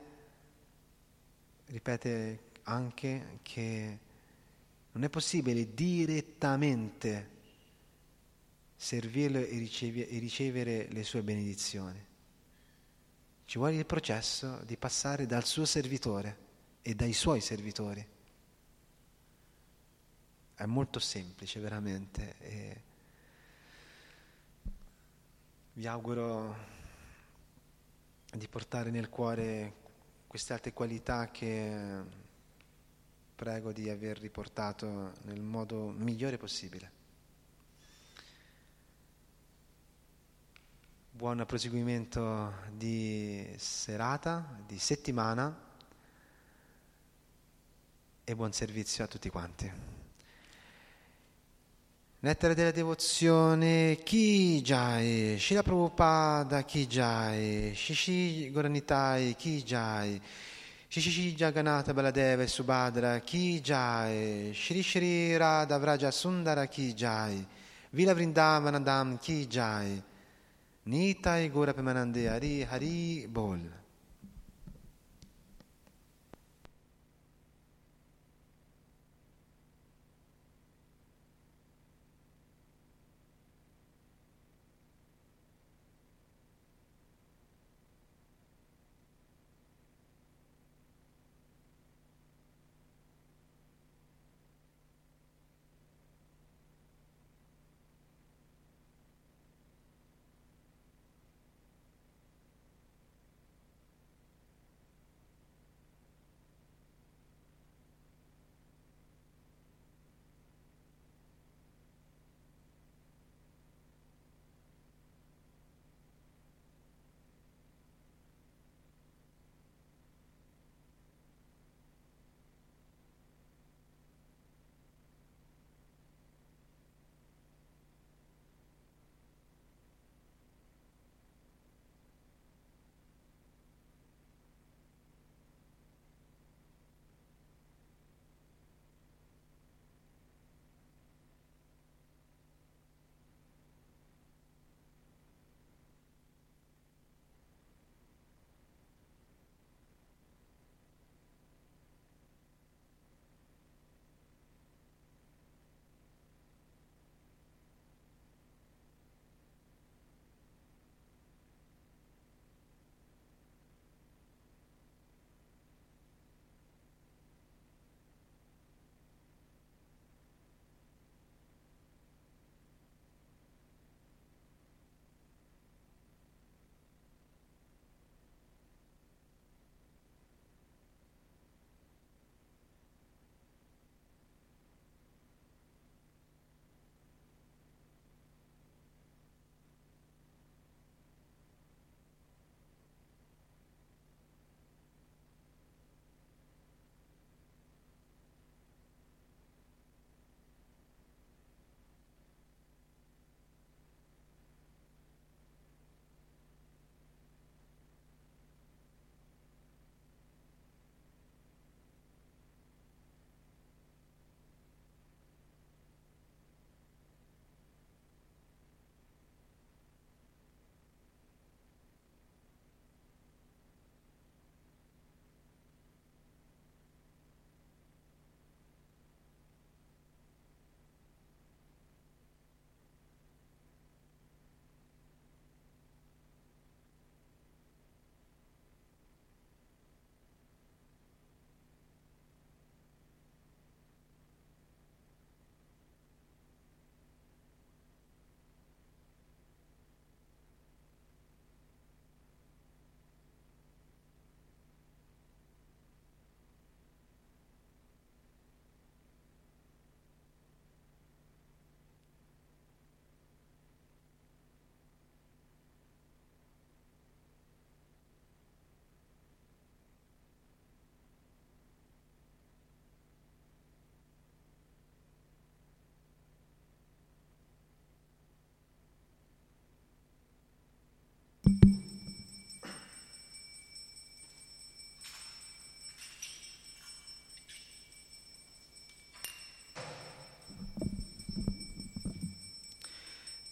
ripete anche che non è possibile direttamente servirlo e ricevere le sue benedizioni. Ci vuole il processo di passare dal suo servitore e dai suoi servitori. È molto semplice, veramente. E vi auguro di portare nel cuore queste alte qualità che prego di aver riportato nel modo migliore possibile. Buon proseguimento di serata, di settimana e buon servizio a tutti quanti. Nettare della devozione, Ki Jai, Srila Prabhupada Ki Jai, Shishi Goranitai Ki Jai, Shishi Jagannatha Baladeva e Subhadra Ki Jai, Shri Shri Radha Vraja Sundara Ki Jai, Vila Vrindavanandam Ki Jai, Nitai Gora Pemanande Hari Hari Bol.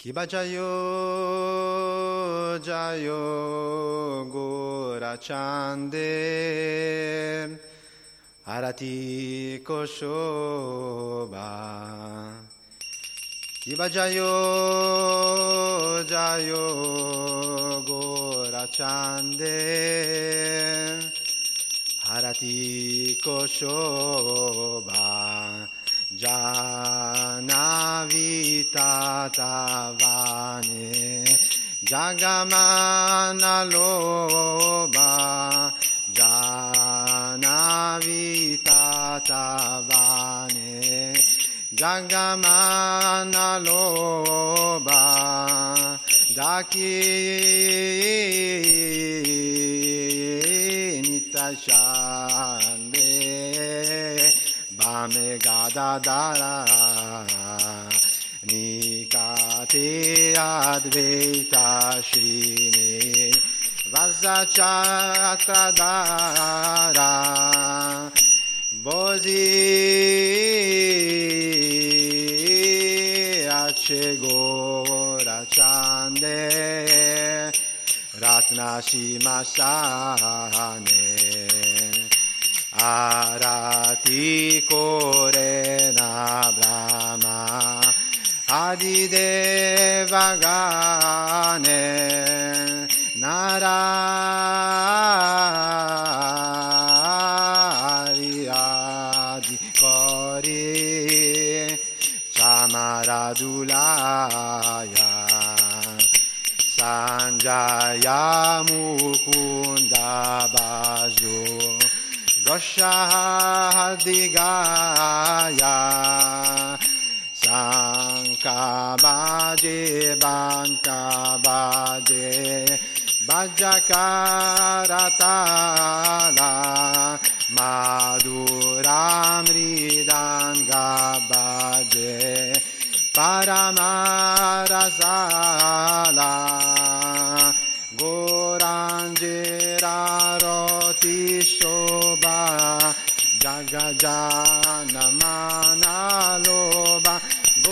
Kibajayo Jayo Gorachande Arati Koshoba Kibajayo Jayo Gorachande Arati Koshoba Janavita Tavane Jagamana Loba Janavita Tavane Jagamana Loba Daki Nitashande Bame Gadadara Nikate Advaita Shrini Vasachatadara Bodhi Achegora Chande Ratna Simasane Arati Korena Brahma Adideva Gane Narari Adi Kori Chamaradulaya Sanjaya Mukunda Baju Goshahadigaya Sankabaje Bankabaje Bajakaratala Maduramridangabaje Paramarasala Goranjera Roti Shobha Jagajana Manaloba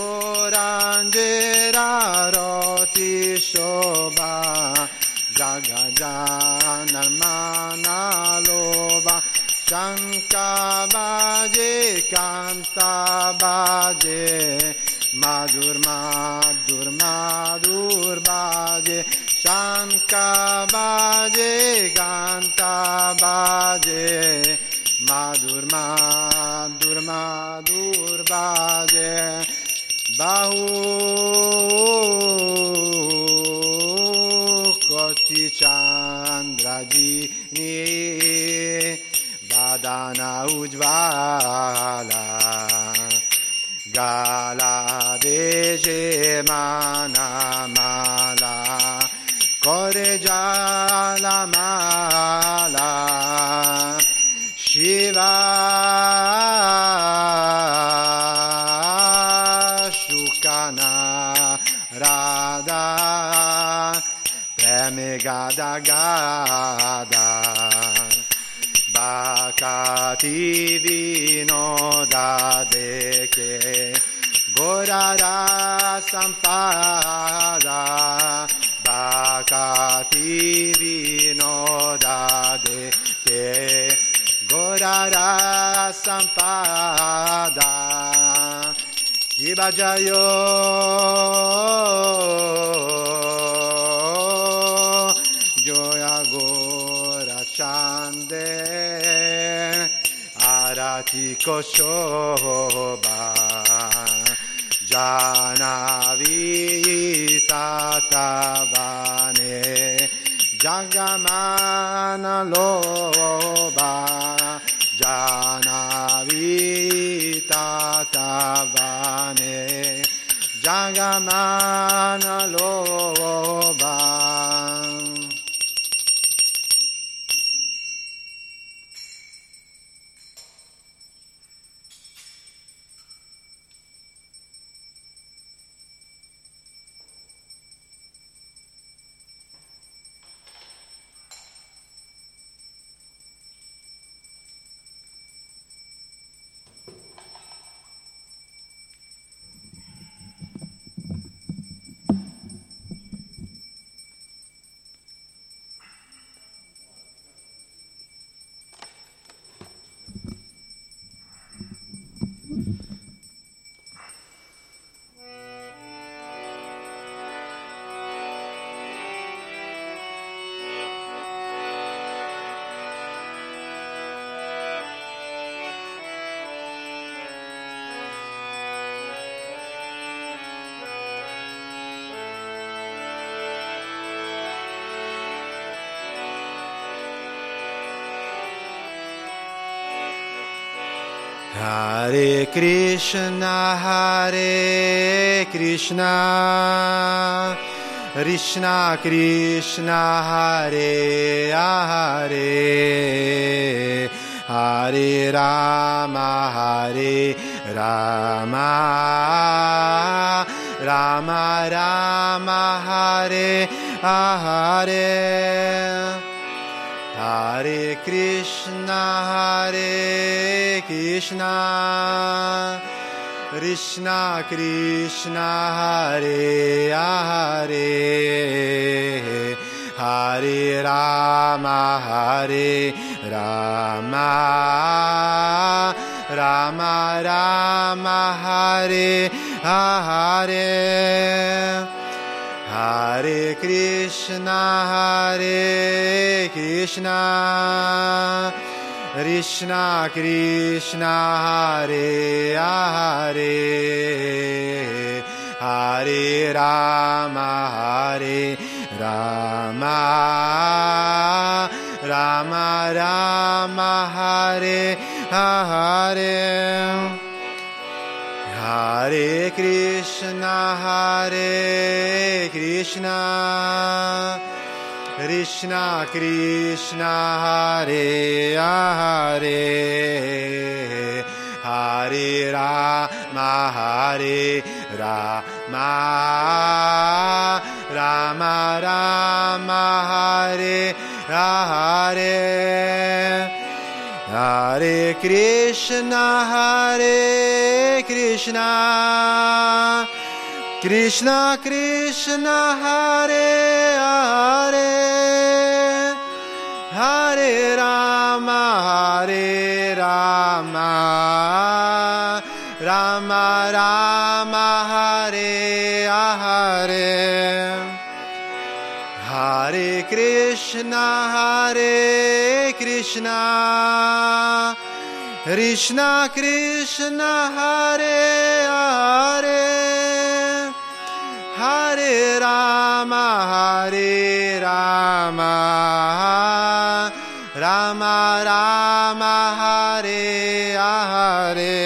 Goranjera Roti Shobha Jagajana Manaloba Shanka Baje Kanta Baje Madur Madur Madur Baje Shanka Baje Kanta Baje Madur Madur Madur Baje Bahu Koti Chandrajini Vadana Ujvala Gala Deje Mana Mala Kore Jala Mala Shiva Shukana Radha Preme Gada Gada Bakati Vinoda Deke Gorara Sampada Bakati Vinoda Deke Gorara Sampada Kibajayo Joya Gora Chande Arati Koshoba Janavi Tatavane Jagamana Loba Janavi Tatavane Jagamana Loba. Hare Krishna, Krishna Krishna, Hare Hare, Hare Rama, Rama Rama, Hare Hare. Hare Krishna, Krishna Krishna, Hare Hare, Hare Rama, Rama Rama, Hare Hare. Hare Krishna, Krishna Krishna, Hare Hare, Hare Rama, Rama Rama, Hare Hare. Hare Krishna, Krishna Krishna, Hare Hare, Hare Rama, Rama Rama, Hare Hare. Hare Krishna, Krishna Krishna, Hare Hare, Hare Rama, Rama Rama, Hare Hare. Hare Krishna, Krishna Krishna, Hare Hare, Hare Rama, Rama Rama, Hare Hare.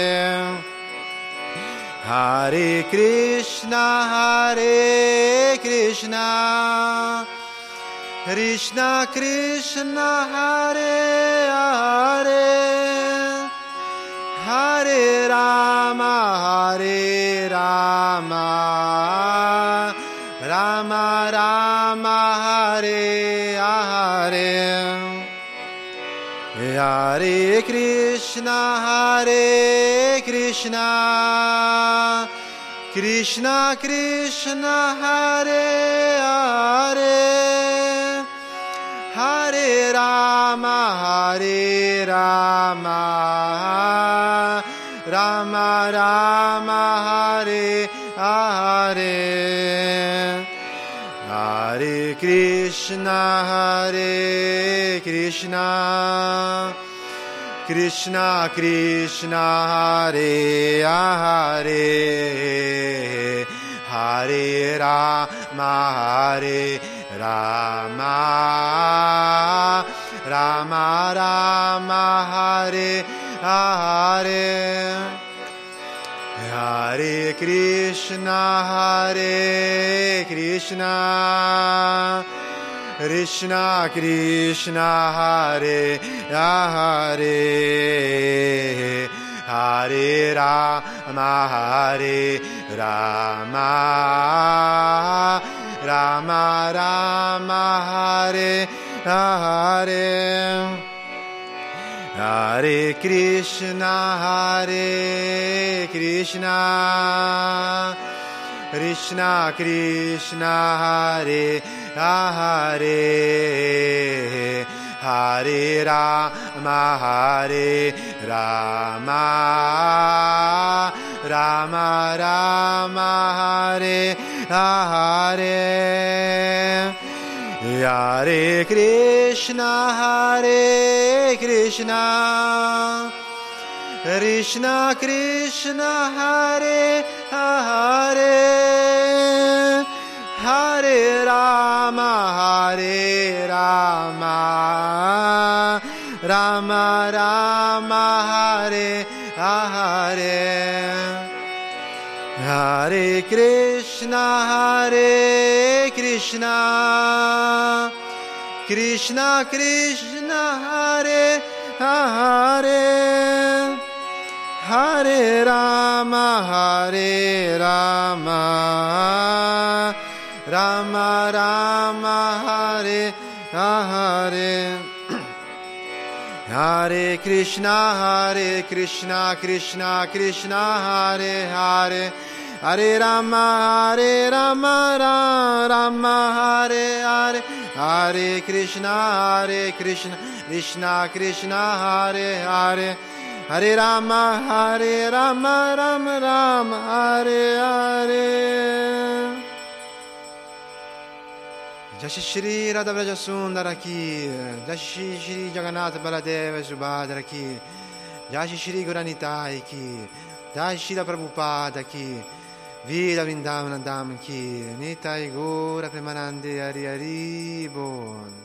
Hare Krishna, Krishna Krishna, Hare Hare, Hare Rama, Rama Rama, Hare Hare. Hare Krishna, Krishna Krishna, Hare Hare, Hare Rama, Rama Rama, Hare Hare. Hare Krishna, Krishna Krishna, Hare Hare, Hare Rama, Rama Rama, Hare Hare. Hare Krishna, Krishna Krishna, Hare Hare, Hare Rama, Rama Rama, Hare Hare. Hare Krishna, Krishna Krishna, Hare Hare, Hare Rama, Rama Rama, Hare Hare. Hare Krishna, Krishna Krishna, Hare Hare, Hare Rama, Rama Rama, Hare Hare Hare Krishna Krishna Krishna Hare Hare Hare Rama Rama Rama Hare Hare Hare Krishna Krishna Krishna Hare Hare Hare Rama Rama Hare Hare Hare Krishna Krishna Krishna Hare Hare Hare Rama Rama Rama Hare Hare. Jai Shri Radha Vraja Sundara Ki, Jai Shri Jagannath Baladeva Subhadra Ki, Jai Shri Gauranitai Ki, Jai Shri Prabhupada Ki, Vida Vrindavana Dham Ki, Nitai Gaura Premanande Hari Hari Bon.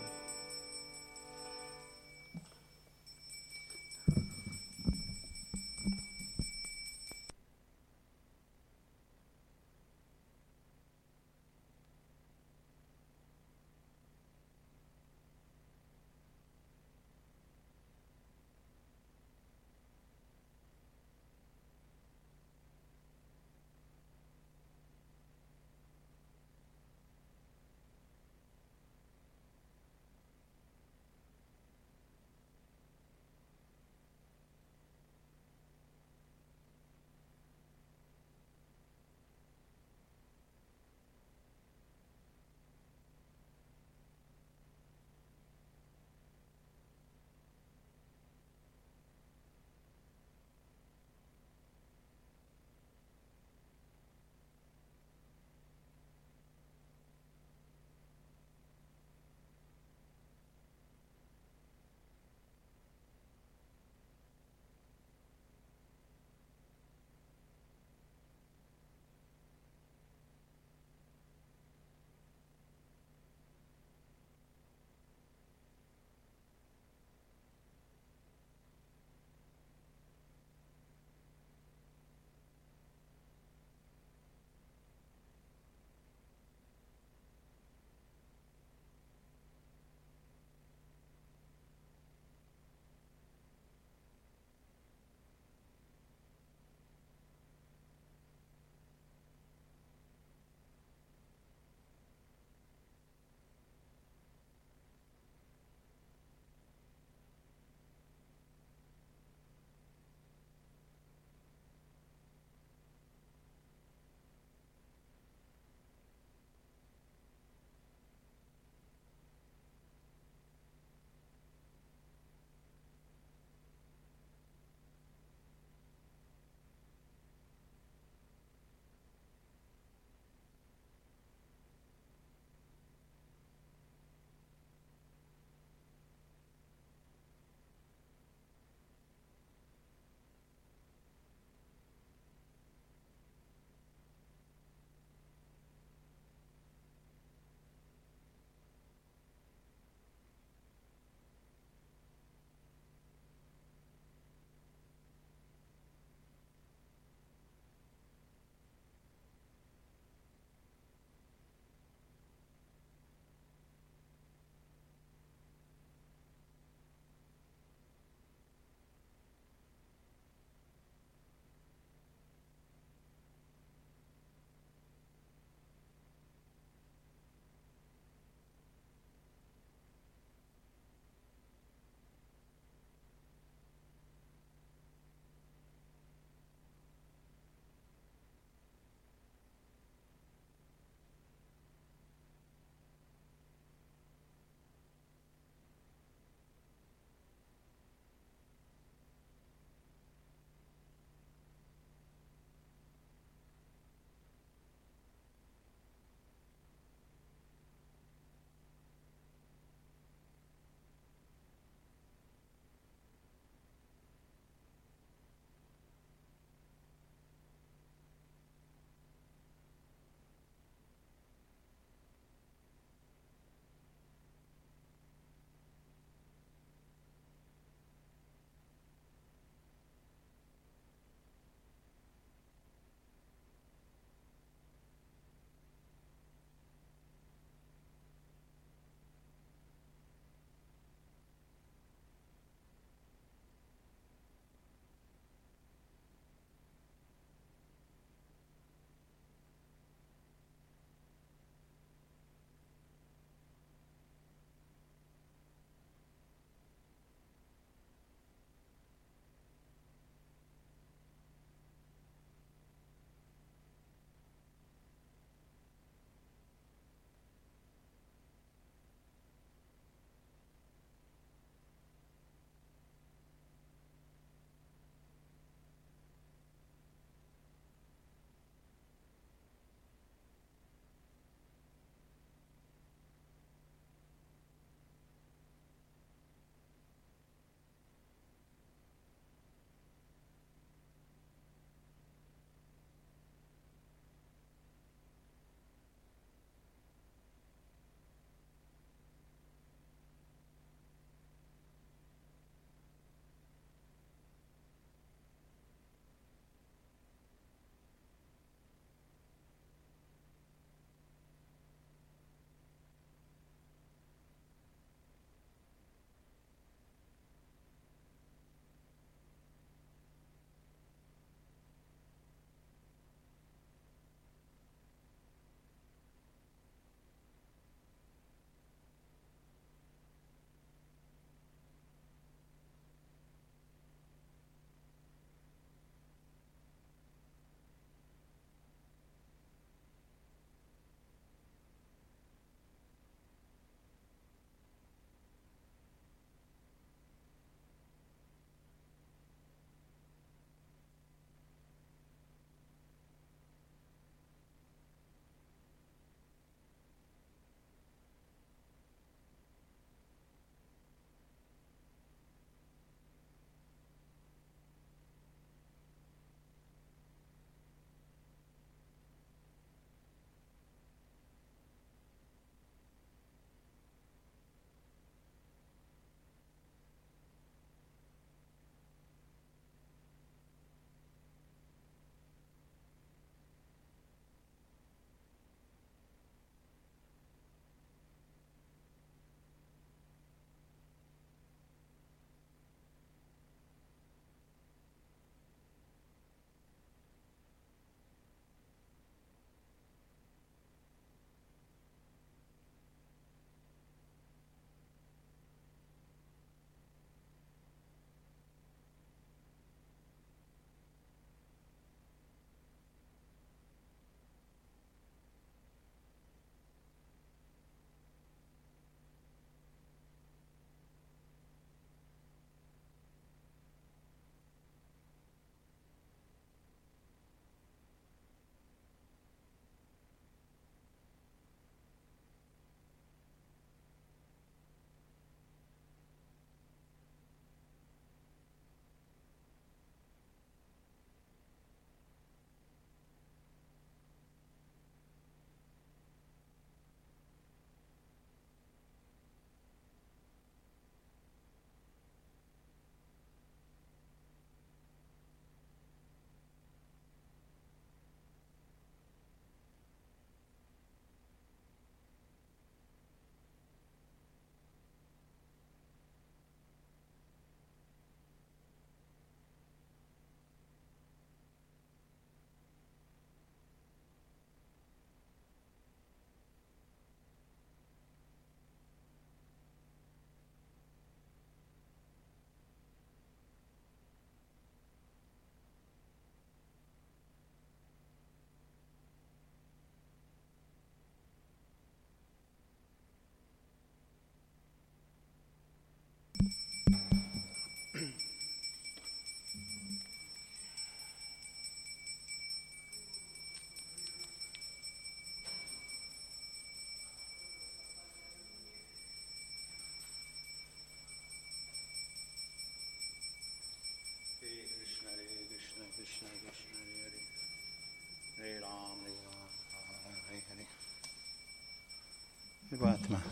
Atma.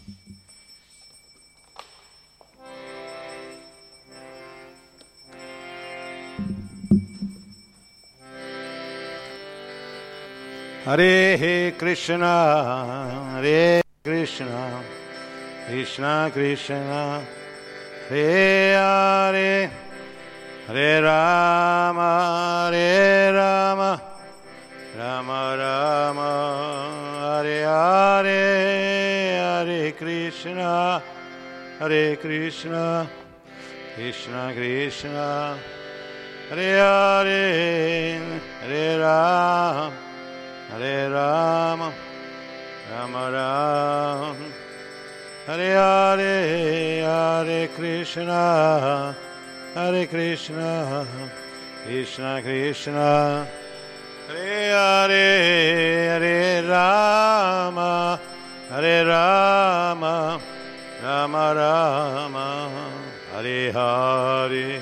Hare Krishna, Hare Krishna, Krishna Krishna, Hare Hare, Hare Rama, Hare Rama, Rama Rama, Hare Hare, Hare Krishna, Hare Krishna, Krishna Krishna, Hare Hare, Hare Rama, Hare Rama, Rama Rama, Hare Hare, Hare Krishna, Hare Krishna, Krishna Krishna, Hare Hare, Hare Rama, Hare Rama, Rama Rama, Hare Hare,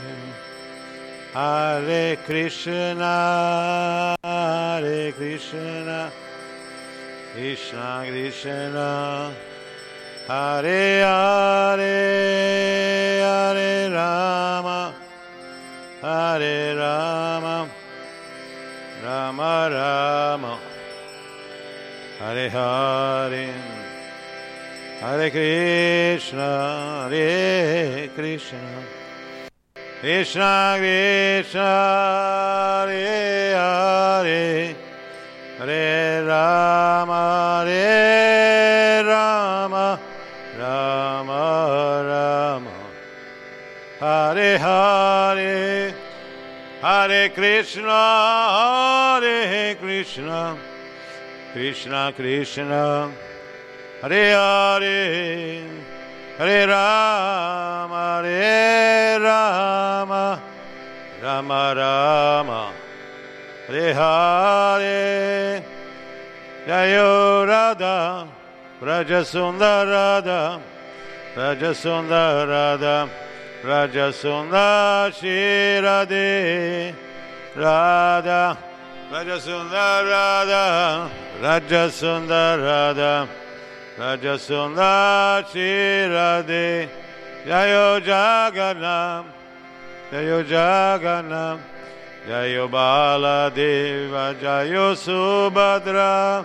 Hare Krishna, Hare Krishna, Krishna Krishna, Hare Hare, Hare Rama, Hare Rama, Rama Rama, Hare Hare, Hare Krishna, Hare Krishna, Krishna Krishna, Hare Hare, Hare Rama, Hare Rama, Rama Rama, Hare Hare, Hare Krishna, Hare Krishna, Krishna Krishna, Hare Hare, Hare Rama, Hare Rama, Rama Rama, Hare Hare, Jayo Radha, Rajasundar Radha, Rajasundar Radha, Rajasundar Shri Radhe, Radha, Rajasundar Radha, Rajasundar Radha, Rajasundar Shri Radhe, Jayo Jagannath, Jayo Jagannath, Jayo Baladeva, Jayo Subhadra,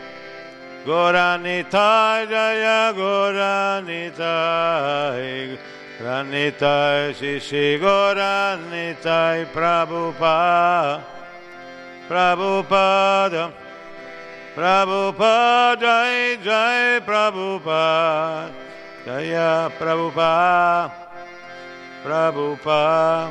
Goranitai, Jaya Goranitai, Goranitai, Shishi Goranitai, Prabhupada, Prabhupada, Prabhupada, Jai Jai Prabhupada, Jaya Prabhupada, Prabhupada,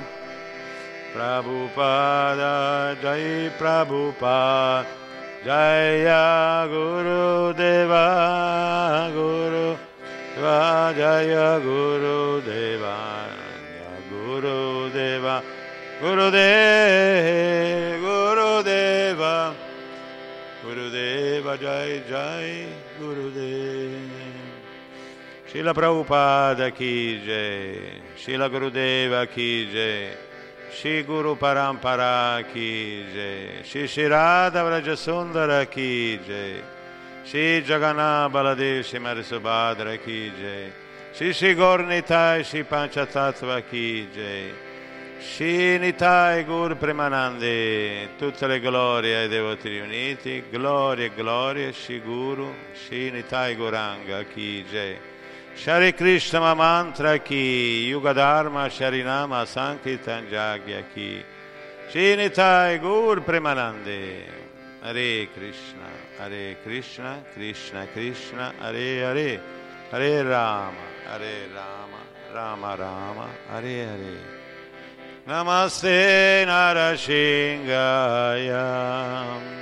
Prabhupada, Jai Prabhupada, Jaya Guru Deva, Guru Deva, Jaya Guru Deva, Jaya Guru Deva, Guru Deva, Guru Deva, Guru Deva, Jai Jai Guru Deva. Srila Prabhupada ki jai, Srila Gurudeva ki jai, Shri Guru Parampara ki jai, Shri Shri Radha Vrajasundara ki jai, Shri Jagannath Baladev Shri Subhadra ki jai, Shri Shri Gornitai Shri Panchatattva ki jai, Shri Nitai Gur Premanande, tutte le glorie ai devoti riuniti, glorie, glorie, Shri Guru, Shri Nitai Goranga ki jai, Shri Krishna Mantra ki, Yuga Dharma Sharinama Sankirtan Jagya ki, Shri Nitai Gur Premanande, Hare Krishna, Hare Krishna, Krishna Krishna, Hare Hare, Hare Rama, Hare Rama, Rama Rama, Hare Hare. Namaste Narasingaya.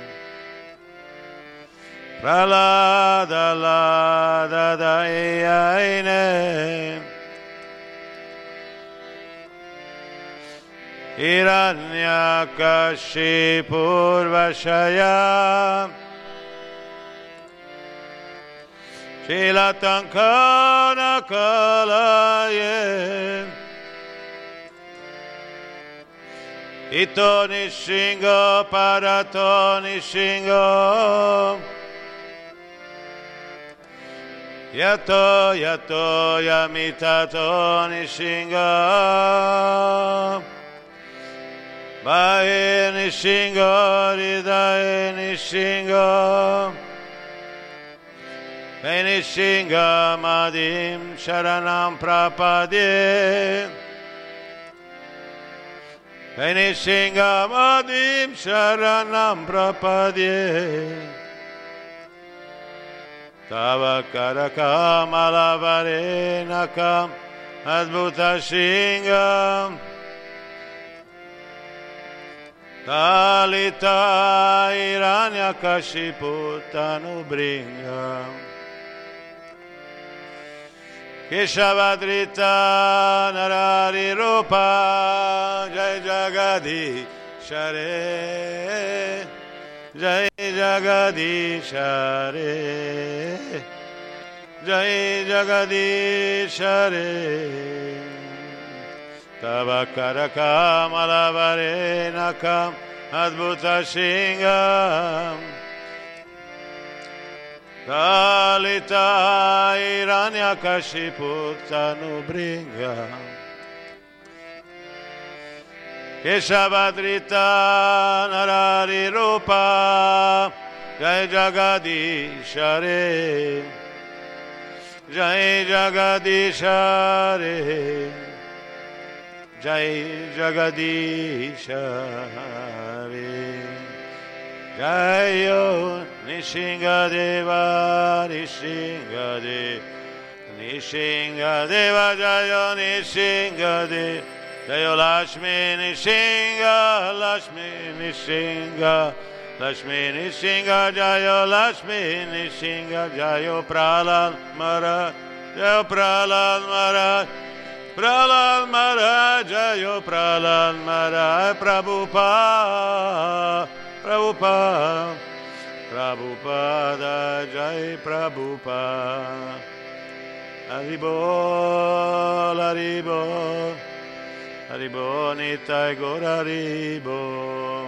Pralada Lada Dayaine Hiranyakashipur Vashaya Shilatankana Kalaye Ito Nishingo Parato Nishingo Yato yato yamitato nishinga. Bae nishinga ridae nishinga. Venishinga madim sharanam prapadye. Venishinga madim sharanam prapadye. Tava karakam alavarenakam adbhuta shingam. Talita iranyakashiputtanubringam. Keshavadrita narari rupa jai jagadishare. Jai Jagadishare, Jai Jagadishare, Tava Karakam Alavarenakam Adbhuta Shingam, Talita Iranyakashiputtanubringam. Keshavadrita narari rupa Jai Jagadishare, Jai Jagadishare, Jai Jagadishare. Jayo Nishingadeva, Nishingadeva, Nishingadeva, Jayo Nishingadeva. Jayo Lakshmi Nishinga, Lakshmi Nishinga, Lakshmi Nishinga, Jayo Lakshmi Nishinga, Jayo Prahlad Maharaj, Jayo Prahlad Maharaj, Prahlad Maharaj, Jayo Prahlad Maharaj, Prabhupada, Prabhupada, Prabhupada, Jai Prabhupada, Haribol, Haribol. Haribo Nitai Gaur Haribo.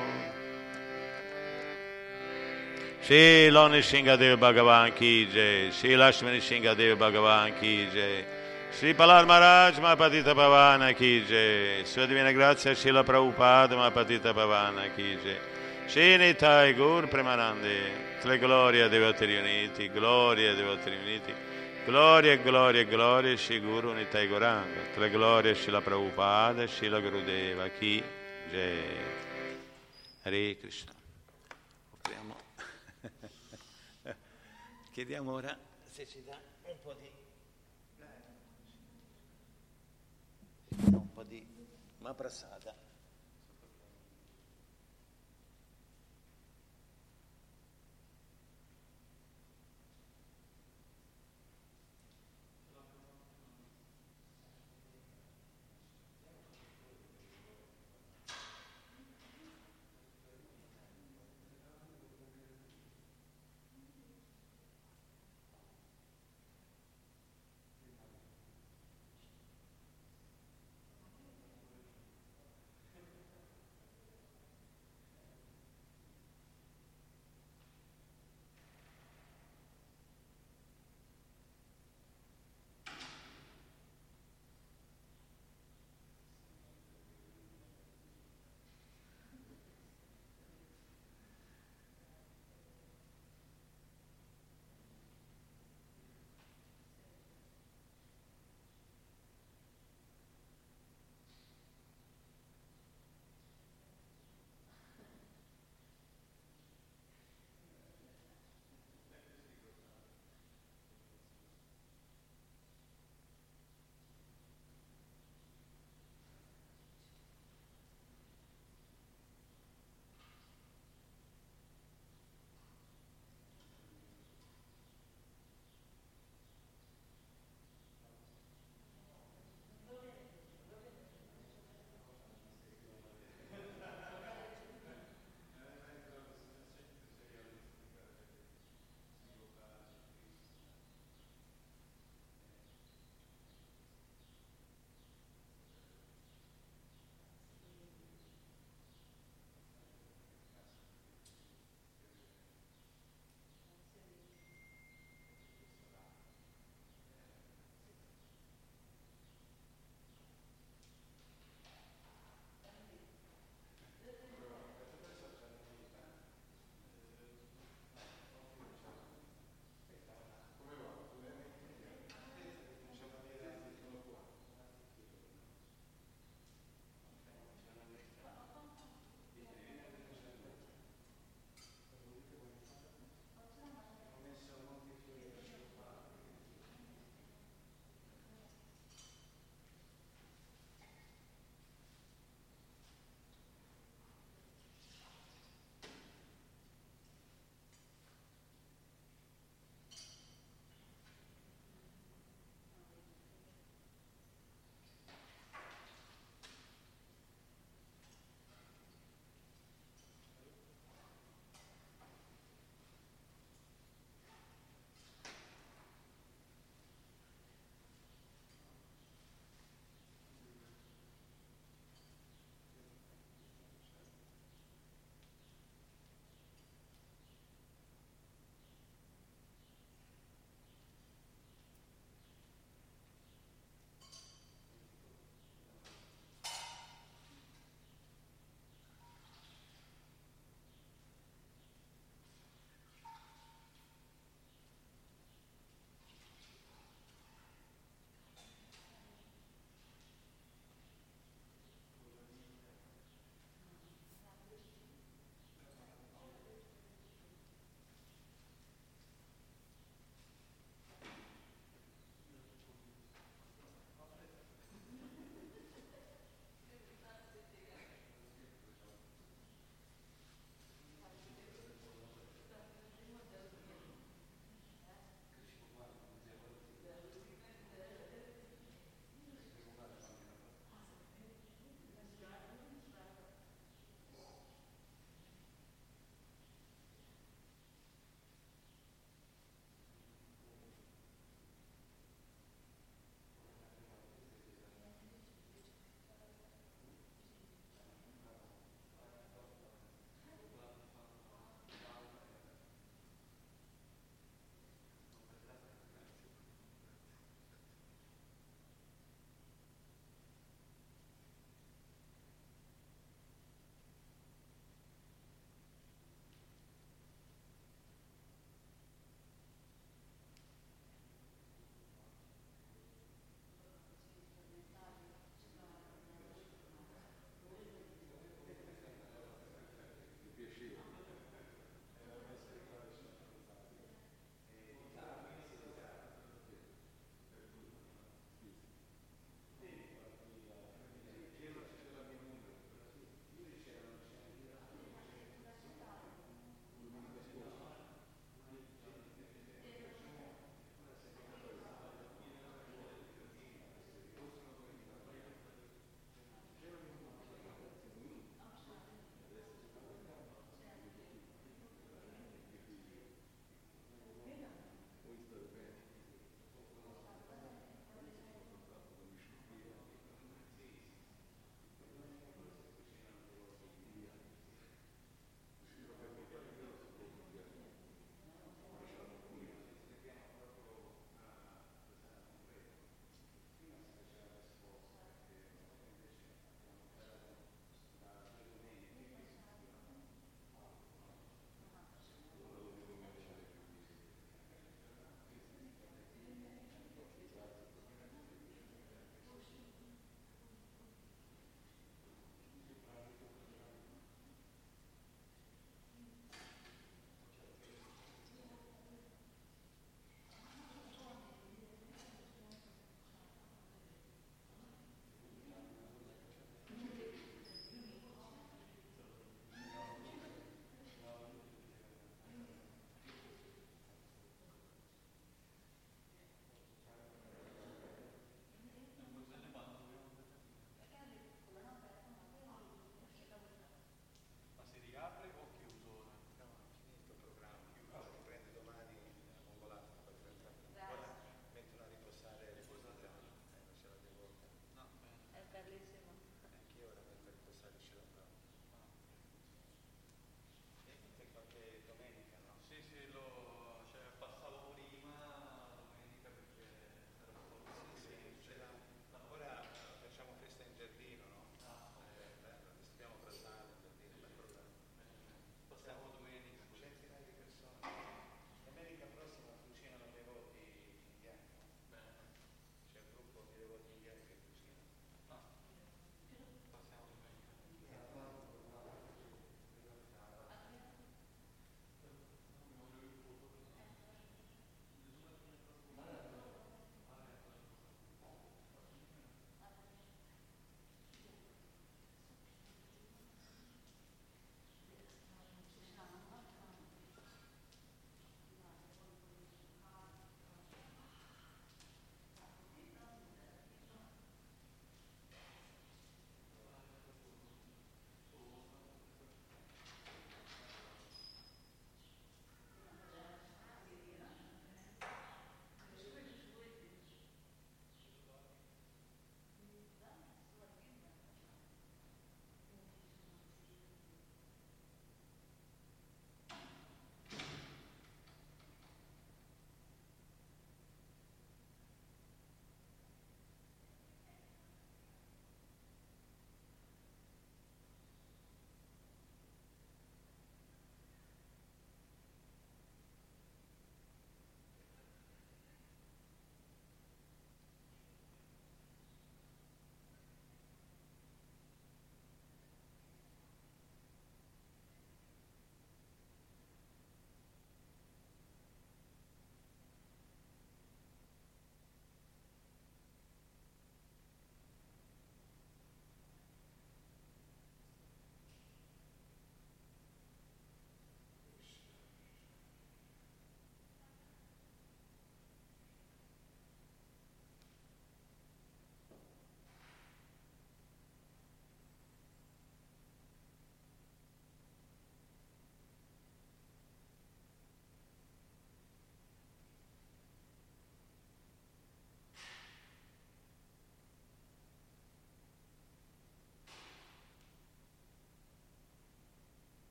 Shri Nishingadev Bhagavan ki jai, Shri Lakshmi Nishingadev Bhagavan ki jai, Shri Prahlad Maharaj Mahapatita Pavana ki jai, Sua Divina Grazia Srila Prabhupada Mahapatita Pavana ki jai, Shri Nitai Gaur Premanande, Tle gloria dei Devoti riuniti, gloria dei Devoti riuniti. Gloria, gloria, gloria, Shri Guru Nitai Gauranga, Tre gloria, Srila Prabhupada, Srila Gurudeva, Ki Jai. Hare Krishna. Chiediamo ora se ci dà un po' di Mahaprasada.